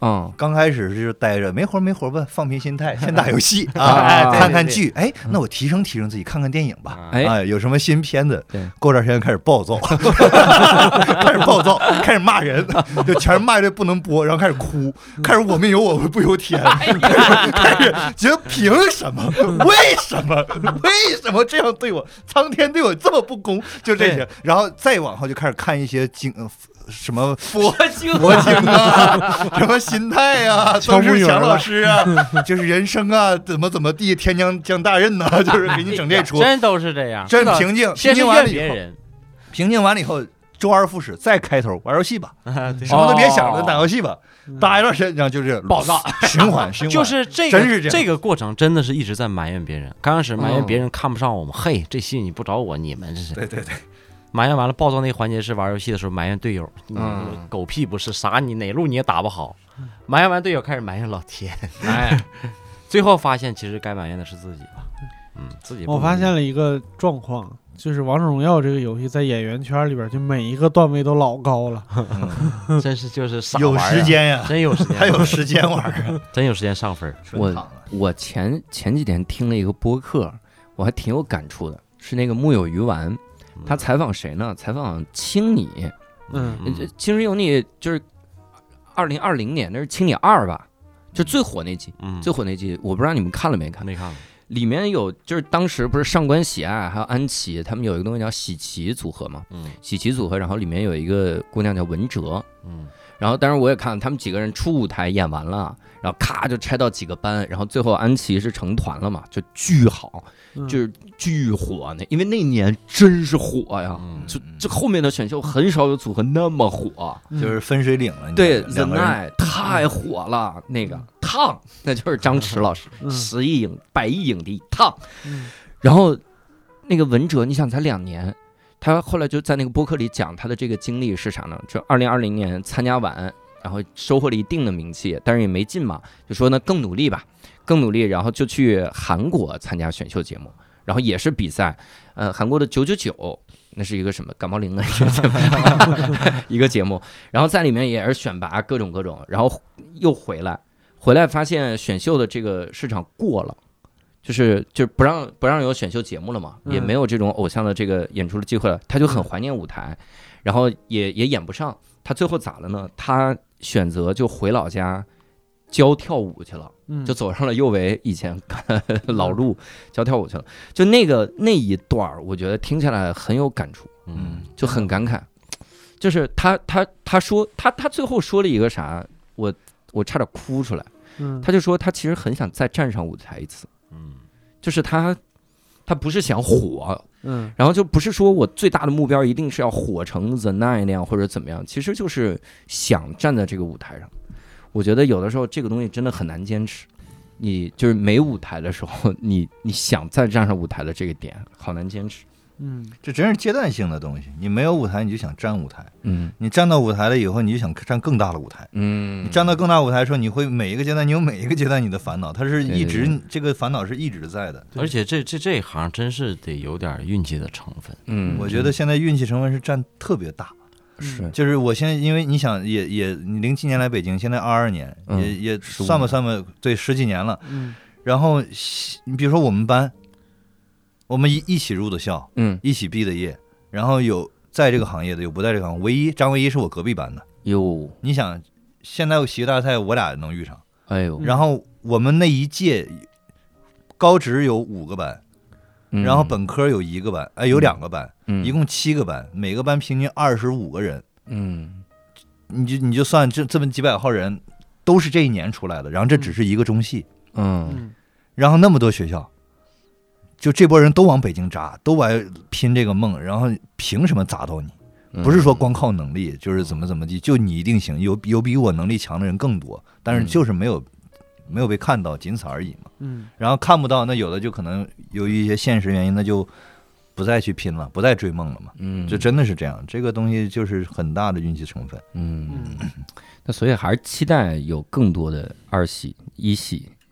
嗯， 刚开始是待着没活没活吧，放平心态，先打游戏啊，看看剧，哎，那我提升提升自己，看看电影吧，哎，有什么新片子，过段时间开始暴躁，开始暴躁，开始骂人，就全是骂的不能播，然后开始哭，开始我们有我们不由天，开始觉得凭什么？为什么？为什么这样对我？苍天对我这么不公？就这些，然后再往后就开始看一些经。什么佛经佛经啊，什么心态啊，曾仕强老师啊，就是人生啊，怎么怎么地，天将降大任呐、啊，就是给你整这出， 真都是这样， 真平静，平静完了以后， 人平静完了以后，周而复始，再开头玩游戏吧，什么都别想了，打游戏吧，打一段时间，然后就是暴躁， 循环循环， 就是这个， 真是这样， 这个过程真的是一直在埋怨别人，刚开始埋怨别人看不上我们，嘿，这戏你不找我，你们这是， 对对对。 埋怨完了，暴躁那个环节是玩游戏的时候埋怨队友，嗯，狗屁不是，啥你哪路你也打不好。埋怨完队友，开始埋怨老天，哎，最后发现其实该埋怨的是自己吧，嗯，自己。 我发现了一个状况，就是王者荣耀这个游戏在演员圈里边，就每一个段位都老高了， 嗯、真是就是傻有时间呀， 真有时间， 还有时间玩啊， 真有时间上分。 我我前前几天听了一个播客，我还挺有感触的，是那个木有鱼丸。他采访谁呢？采访青你，嗯，青之有你就是二零二零年，那是青你二吧，就最火那集，嗯，最火那集，我不知道你们看了没看？ 没看。 里面有就是当时不是上官喜爱还有安琪，他们有一个东西叫喜琪组合嘛，嗯，喜琪组合，然后里面有一个姑娘叫文哲，嗯，然后当然我也看他们几个人出舞台演完了，然后咔就拆到几个班，然后最后安琪是成团了嘛，就巨好。就是巨火呢，因为那年真是火呀，就这后面的选秀很少有组合那么火， 就是分水岭了。 对 ，The Night 太火了，那个烫，那就是张弛老师，十亿影百亿影帝烫。然后那个文哲，你想才两年，他后来就在那个播客里讲他的这个经历是啥呢？就二零二零年参加完，然后收获了一定的名气，但是也没进嘛，就说呢更努力吧。更努力，然后就去韩国参加选秀节目，然后也是比赛，呃，韩国的九九九，那是一个什么感冒灵的一个节目，一个节目，然后在里面也是选拔各种各种，然后又回来，回来发现选秀的这个市场过了，就是就是不让不让有选秀节目了嘛，也没有这种偶像的这个演出的机会了，他就很怀念舞台，然后也也演不上，他最后咋了呢？他选择就回老家教跳舞去了。就走上了右维以前老路教跳舞去了，就那个那一段我觉得听起来很有感触，嗯，就很感慨。就是他他他说他他最后说了一个啥，我我差点哭出来。他就说他其实很想再站上舞台一次，嗯，就是他他不是想火，嗯，然后就不是说我最大的目标一定是要火成 The Nine 那样或者怎么样，其实就是想站在这个舞台上。我觉得有的时候这个东西真的很难坚持，你就是没舞台的时候，你你想再站上舞台的这个点好难坚持。 嗯，这真是阶段性的东西。你没有舞台，你就想站舞台。嗯，你站到舞台了以后，你就想站更大的舞台。嗯，你站到更大舞台的时候，你会每一个阶段，你有每一个阶段你的烦恼，它是一直对对对这个烦恼是一直在的。 而且这这这一行真是得有点运气的成分。 嗯，我觉得现在运气成分是占特别大。 是， 就是我现在，因为你想也也，你零七年来北京，现在二二年，嗯、也也算吧算吧，对，十几年了。嗯，然后你比如说我们班，我们一一起入的校，嗯，一起毕的业，然后有在这个行业的，有不在这个行业，唯一张唯一是我隔壁班的。 哟， 你想，现在喜剧大赛我俩能遇上， 哎呦， 然后我们那一届高职有五个班。然后本科有一个班，哎，有两个班，嗯，一共七个班，每个班平均二十五个人，嗯，你就你就算这这么几百号人，都是这一年出来的，然后这只是一个中戏，嗯，然后那么多学校，就这波人都往北京扎，都来拼这个梦，然后凭什么砸到你？不是说光靠能力，就是怎么怎么地，就你一定行，有有比我能力强的人更多，但是就是没有。没有被看到，仅此而已嘛。嗯，然后看不到，那有的就可能由于一些现实原因，那就不再去拼了，不再追梦了嘛。嗯，就真的是这样，这个东西就是很大的运气成分。 嗯，那所以还是期待有更多的二喜、一喜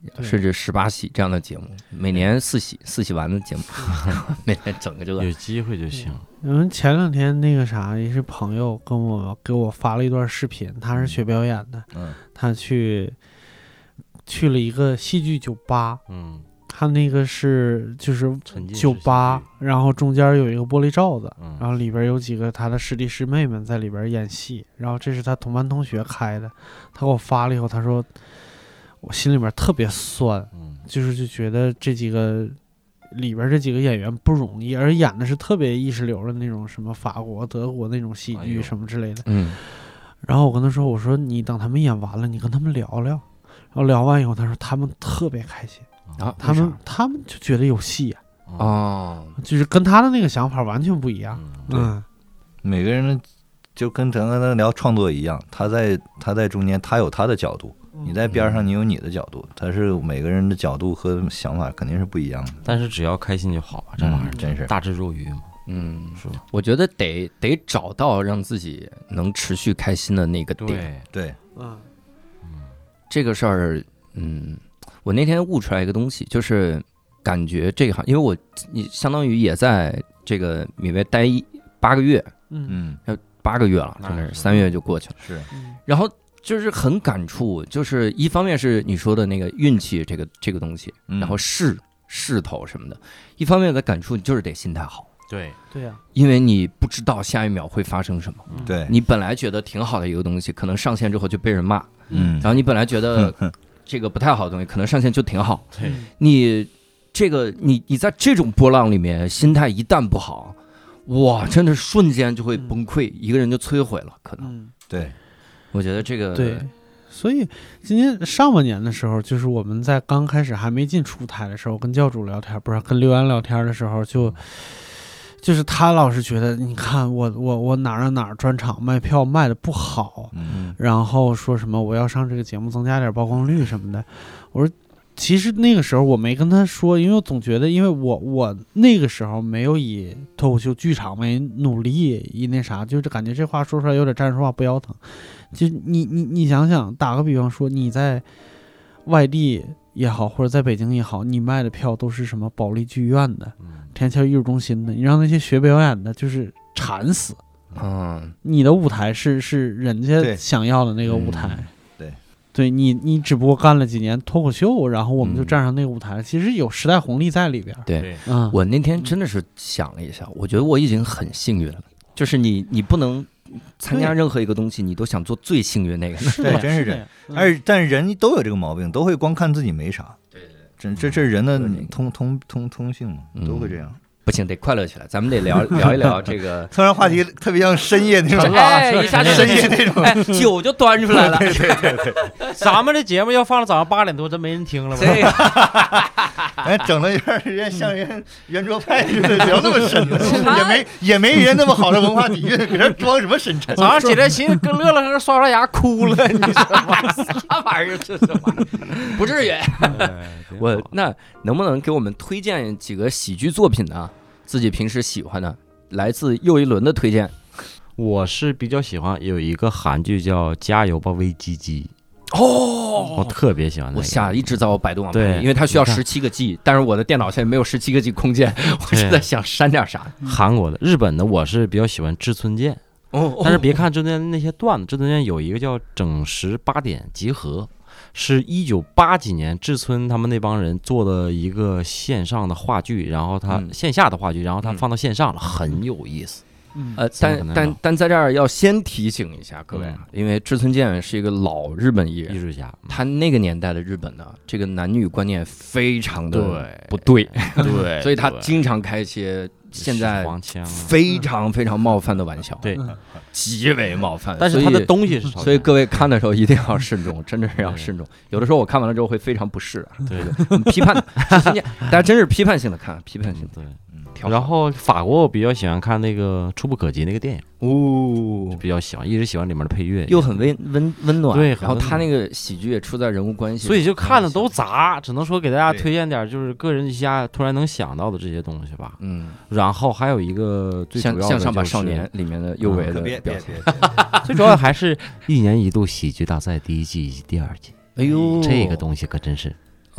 甚至十八喜这样的节目，每年四喜四喜丸的节目，每年整个这个有机会就行。 因为前两天那个啥，也是朋友跟我给我发了一段视频，他是学表演的，嗯，他去去了一个戏剧酒吧，嗯，他那个是就是酒吧，然后中间有一个玻璃罩子，嗯，然后里边有几个他的师弟师妹们在里边演戏，然后这是他同班同学开的，他给我发了以后，他说我心里面特别酸，嗯，就是就觉得这几个。里边这几个演员不容易，而演的是特别意识流的那种什么法国、德国那种戏剧什么之类的。嗯，然后我跟他说：“我说你等他们演完了，你跟他们聊聊。”然后聊完以后，他说他们特别开心啊，他们他们就觉得有戏啊，哦，就是跟他的那个想法完全不一样。嗯， 每个人就跟咱刚才聊创作一样，他在他在中间，他有他的角度。你在边上，你有你的角度，但是每个人的角度和想法肯定是不一样的。 但是只要开心就好啊，这玩意儿真是大智若愚嘛。 嗯，是吧？我觉得得得找到让自己能持续开心的那个点。 对，对， 嗯嗯，这个事儿，嗯，我那天悟出来一个东西，就是感觉这个行，因为我你相当于也在这个米未待一八个月，嗯，要八个月了，真的是三月就过去了。 是， 然后。就是很感触，就是一方面是你说的那个运气这个这个东西，然后势势头什么的，一方面的感触就是得心态好。 对对呀， 因为你不知道下一秒会发生什么。 对， 你本来觉得挺好的一个东西，可能上线之后就被人骂。嗯，然后你本来觉得这个不太好的东西，可能上线就挺好。 对， 你这个你你在这种波浪里面，心态一旦不好，哇，真的瞬间就会崩溃，一个人就摧毁了，可能。 对。 我觉得这个对，所以今年上半年的时候，就是我们在刚开始还没进出台的时候，跟教主聊天，不是跟刘安聊天的时候，就就是他老是觉得，你看我我我哪儿哪儿专场卖票卖的不好，嗯，然后说什么我要上这个节目增加点曝光率什么的，我说。其实那个时候我没跟他说，因为我总觉得，因为我我那个时候没有以脱口秀剧场为努力，以那啥，就是感觉这话说出来有点站着说话不腰疼。就你你你想想，打个比方说，你在外地也好，或者在北京也好，你卖的票都是什么保利剧院的、天桥艺术中心的，你让那些学表演的，就是馋死。嗯，你的舞台是是人家想要的那个舞台。对你，你只不过干了几年脱口秀，然后我们就站上那个舞台，嗯、其实有时代红利在里边。 对，嗯，我那天真的是想了一下，我觉得我已经很幸运了。就是你，你不能参加任何一个东西，你都想做最幸运那个。 对，真是这样。而但是人都有这个毛病，都会光看自己没啥。 对对， 这这这是人的通通通通性嘛，都会这样。 不行，得快乐起来。咱们得聊聊一聊这个。 突然话题特别像深夜那种， 哎，一下就深夜那种， 哎，酒就端出来了。 对对对对， 咱们这节目要放到早上八点多，真没人听了吧？ 这个， 哎，整了一段时间像人圆桌派似的，聊那么深的，也没也没人那么好的文化底蕴，搁这装什么深沉？ 早上起来寻思跟乐乐和刷刷牙哭了，你说啥玩意儿？这什么？不至于。我那能不能给我们推荐几个喜剧作品呢？自己平时喜欢的，来自又一轮的推荐。 我是比较喜欢有一个韩剧叫《加油吧微机机》 哦， 我特别喜欢、那个。 我下一直在我百度网盘，因为它需要十七个 G， 但是我的电脑现在没有十七个 G 空间，我就在想删点啥。 韩国的、日本的，我是比较喜欢志村健。哦，但是别看志村健那些段子，志村健有一个叫整十八点集合。是一九八几年志村他们那帮人做的一个线上的话剧，然后他、嗯、线下的话剧，然后他放到线上了，嗯、很有意思。 嗯、呃，但但但在这儿要先提醒一下各位啊，嗯、因为志村健是一个老日本艺人、 艺术家， 他那个年代的日本呢，这个男女观念非常的不对， 对，对所以他经常开一些现在非常非常冒犯的玩笑， 对。 极为冒犯， 但是他的东西是， 所以各位看的时候一定要慎重，真的是要慎重。有的时候我看完了之后会非常不适， 对对，批判的，大家真是批判性的看，批判性的。 对，嗯。然后法国我比较喜欢看那个《触不可及》那个电影，哦，比较喜欢，一直喜欢里面的配乐， 又很温温温暖。 对， 然后他那个喜剧也出在人物关系， 所以就看的都杂，只能说给大家推荐点就是个人一下突然能想到的这些东西吧。嗯。然后还有一个最主要的、就是， 向上吧少年里面的右维的。表现最主要还是一年一度喜剧大赛第一季以及第二季。 哎呦， 这个东西可真是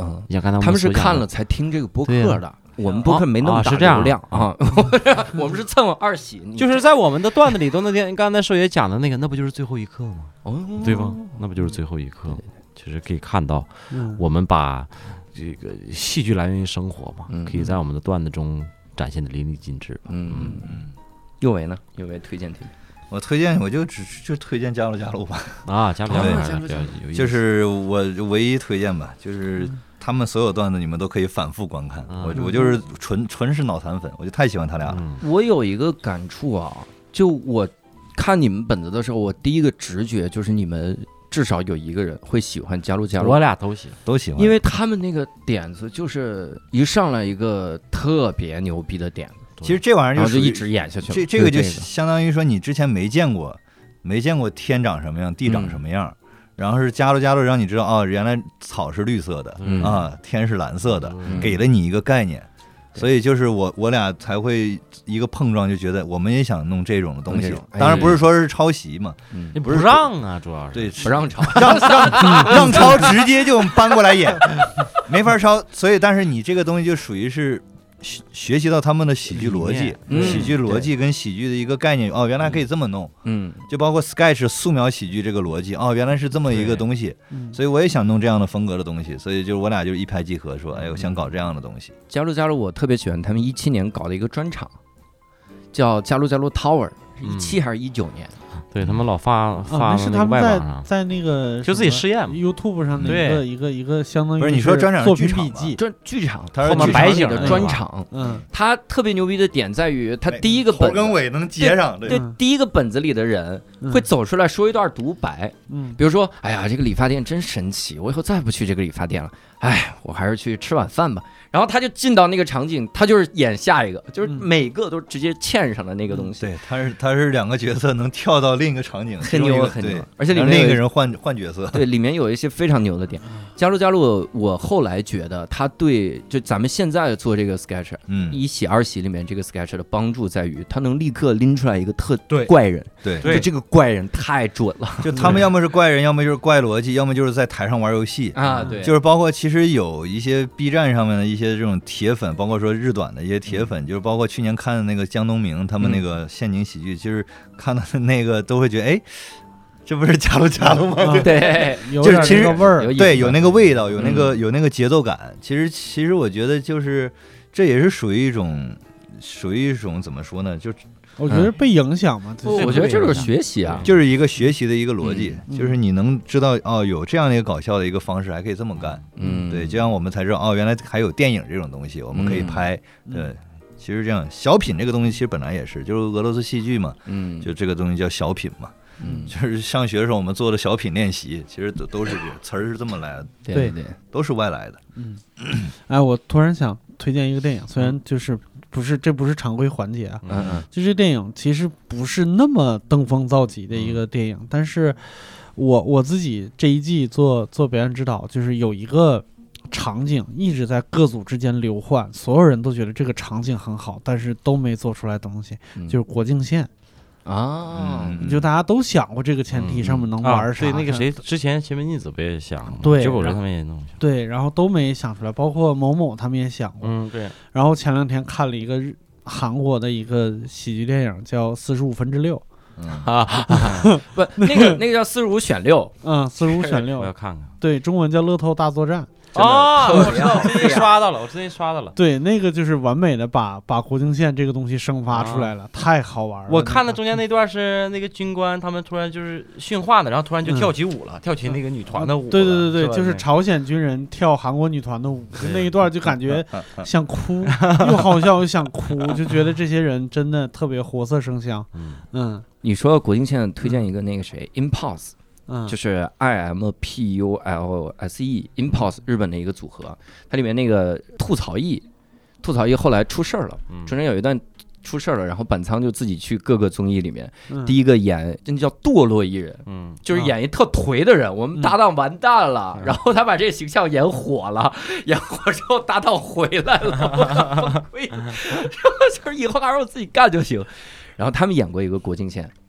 嗯， 像刚才他们是看了才听这个播客的。我们播客没那么大流量啊，我们是蹭二喜， 就是在我们的段子里都那天刚才寿爷讲的那个，那不就是最后一刻吗？哦，对吧？那不就是最后一刻？其实可以看到，我们把这个戏剧来源于生活嘛，可以在我们的段子中展现的淋漓尽致。 嗯嗯。右维呢？右维推荐推荐。 我推荐我就只就推荐加入加入吧。 啊，加入加入加入， 就是我唯一推荐吧，就是。他们所有段子你们都可以反复观看，我我就是纯纯是脑残粉，我就太喜欢他俩了。 我有一个感触啊，就我看你们本子的时候，我第一个直觉就是你们至少有一个人会喜欢加入加入， 我俩都喜欢都喜欢， 因为他们那个点子就是一上来一个特别牛逼的点子， 其实这玩意儿就一直演下去了。 这这个就相当于说你之前没见过，没见过天长什么样，地长什么样。嗯，然后是加入加入让你知道啊，原来草是绿色的、嗯、啊，天是蓝色的、嗯，给了你一个概念，所以就是我我俩才会一个碰撞，就觉得我们也想弄这种的东西。当然不是说是抄袭嘛， 你不让啊，主要是对不让抄， 让让让抄直接就搬过来演，没法抄。所以但是你这个东西就属于是。学习到他们的喜剧逻辑、嗯、喜剧逻辑跟喜剧的一个概念、嗯、哦，原来可以这么弄，嗯，就包括 sketch 素描喜剧这个逻辑，哦，原来是这么一个东西，所以我也想弄这样的风格的东西，所以就我俩就一拍即合，说，哎，我想搞这样的东西。 加入加入，我特别喜欢他们一七年搞的一个专场，叫加入加入 Tower， 一七还是一九年？ 对，他们老发发那个外网上，在那个就自己试验 YouTube 上的一个一个一个相当于不是你说专场作品笔记专剧场， 后面白景的专场，嗯，他特别牛逼的点在于他第一个本头跟尾能接上， 对，第一个本子里的人会走出来说一段独白，嗯，比如说，哎呀，这个理发店真神奇，我以后再不去这个理发店了，哎，我还是去吃晚饭吧。然后他就进到那个场景，他就是演下一个，就是每个都直接嵌上的那个东西。 对，他是他是两个角色能跳到另一个场景， 很牛很牛。而且里面另一个人换换角色。 对，里面有一些非常牛的点。加入加入，我后来觉得他对就咱们现在做这个 sketch， 嗯，一喜二喜里面这个 sketch 的帮助在于，他能立刻拎出来一个特怪人。 对， 就这个怪人太准了。 就他们要么是怪人，要么就是怪逻辑，要么就是在台上玩游戏啊。对， 就是包括其实有一些 B 站上面的一些这种铁粉，包括说日短的一些铁粉，就是包括去年看的那个江东明他们那个陷阱喜剧，其实看到的那个都会觉得，哎，这不是加入加入吗？ 对， 就是其实味儿， 对，有那个味道，有那个有那个节奏感。其实其实我觉得就是这也是属于一种属于一种怎么说呢？就我觉得被影响嘛， 我觉得这就是学习啊， 就是一个学习的一个逻辑，就是你能知道哦，有这样的一个搞笑的一个方式，还可以这么干。嗯，对，就像我们才知道哦，原来还有电影这种东西，我们可以拍。对，其实这样小品这个东西其实本来也是，就是俄罗斯戏剧嘛，嗯，就这个东西叫小品嘛。嗯，就是上学的时候我们做的小品练习，其实都都是词儿是这么来的， 对对， 都是外来的。 嗯，哎，我突然想推荐一个电影，虽然就是不是这不是常规环节啊，嗯嗯，就这电影其实不是那么登峰造极的一个电影，嗯、但是我我自己这一季做做表演指导，就是有一个场景一直在各组之间流换，所有人都觉得这个场景很好，但是都没做出来东西，嗯、就是国境线。啊、嗯，就大家都想过这个前提上面能玩啥、 嗯啊？对，那个谁之前秦文逆子不也想？ 对， 结果他们也弄想。 对，然后都没想出来，包括某某他们也想过。 嗯，对。 然后前两天看了一个日韩国的一个喜剧电影，叫《四十五分之六》。 嗯啊，不，那个那个叫四十五选六。 嗯，四十五选六， 我要看看。 对，中文叫《乐透大作战》。 哦，我知道，我最近刷到了，我最近刷到了。 对，那个就是完美的把把国境线这个东西生发出来了，啊、太好玩了。 我看的中间那段是那个军官他们突然就是训话的，然后突然就跳起舞了，嗯、跳起那个女团的舞了、嗯。 对对对对，就是朝鲜军人跳韩国女团的舞，那一段就感觉想哭，又好笑又想哭，就觉得这些人真的特别活色生香。嗯嗯，你说国境线，推荐一个那个谁 ，Impulse。嗯，就是 I M P U L S E Impulse 日本的一个组合，它里面那个吐槽艺，吐槽艺后来出事儿了，中间有一段出事儿了，然后板仓就自己去各个综艺里面，嗯、第一个演真的叫堕落艺人，嗯，就是演一特颓的人，嗯、我们搭档完蛋了，嗯、然后他把这个形象演火了，嗯、演火之后搭档回来了，我崩溃，然后就是以后还是我自己干就行，然后他们演过一个国境线。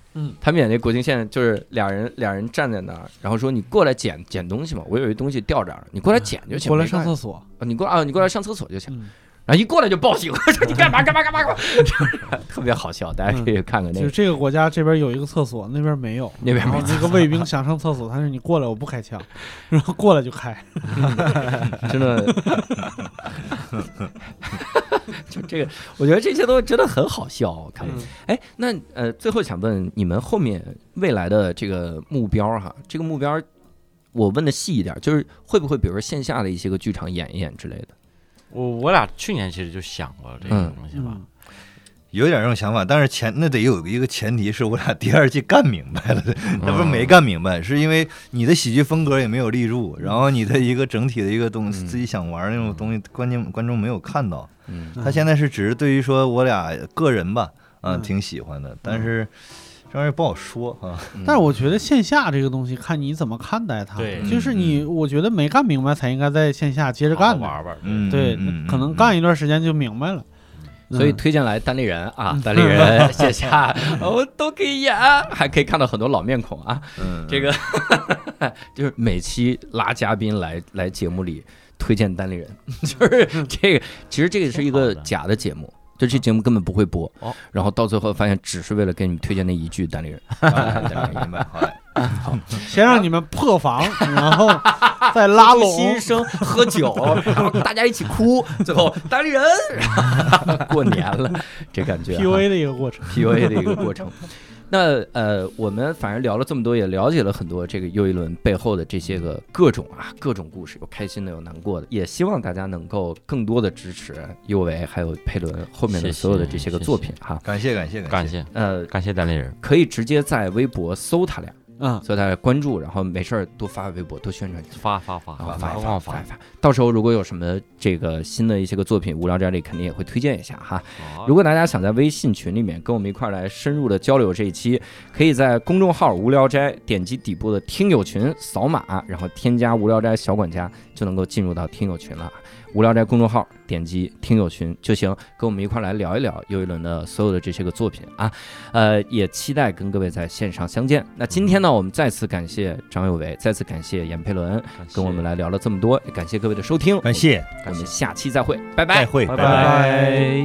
嗯，他们演那国境线就是俩人俩人站在那儿，然后说你过来捡捡东西嘛，我有一东西掉这儿了，你过来捡就行。 过来上厕所， 你过来啊，你过来上厕所就行。然后一过来就报警，说你干嘛干嘛干嘛干嘛，特别好笑，大家可以看看那个。 就是这个国家这边有一个厕所，那边没有， 那边没有。 那个卫兵想上厕所，他说你过来，我不开枪，然后过来就开， 真的。就这个，我觉得这些都真的很好笑。我看，哎，那呃，最后想问你们后面未来的这个目标哈，这个目标我问的细一点，就是会不会比如说线下的一些个剧场演一演之类的。 我我俩去年其实就想过这个东西吧， 嗯、有点这种想法，但是前那得有一个前提是我俩第二季干明白了，那不是没干明白，是因为你的喜剧风格也没有立住，然后你的一个整体的一个东西，嗯、自己想玩那种东西，关键观众没有看到。嗯，他现在是只是对于说我俩个人吧，啊、嗯，挺喜欢的，但是。这玩意儿不好说啊， 但是我觉得线下这个东西看你怎么看待它， 对， 就是你，我觉得没干明白才应该在线下接着干玩玩， 嗯，对，可能干一段时间就明白了。 所以推荐来单立人啊，单立人线下哦都可以演，还可以看到很多老面孔啊。嗯，这个就是每期拉嘉宾来来节目里推荐单立人，就是这个，其实这个是一个假的节目。就这节目根本不会播，哦、然后到最后发现只是为了给你们推荐那一句单立人， 明白？好嘞， 好，先让你们破防，然后再拉拢新生喝酒，然后大家一起哭，最后单立人过年了，这感觉 P U A 的一个过程 ，P U A 的一个过程。那呃，我们反正聊了这么多，也了解了很多这个又一轮背后的这些个各种啊各种故事，有开心的，有难过的，也希望大家能够更多的支持佑维还有佩伦后面的所有的这些个作品哈。 感谢感谢感谢， 呃， 感谢单立人， 可以直接在微博搜他俩。嗯，所以大家关注，然后没事儿多发微博，多宣传， 发发发发发发发发。到时候如果有什么这个新的一些个作品，无聊斋里肯定也会推荐一下哈。如果大家想在微信群里面跟我们一块儿来深入的交流这一期，可以在公众号无聊斋点击底部的听友群，扫码，然后添加无聊斋小管家，就能够进入到听友群了。无聊斋公众号点击听友群就行，跟我们一块来聊一聊又一轮的所有的这些个作品啊，呃，也期待跟各位在线上相见。那今天呢，我们再次感谢张佑维，再次感谢严佩伦，跟我们来聊了这么多，也感谢各位的收听， 感谢， 我们下期再会，拜拜， 再会， 拜拜。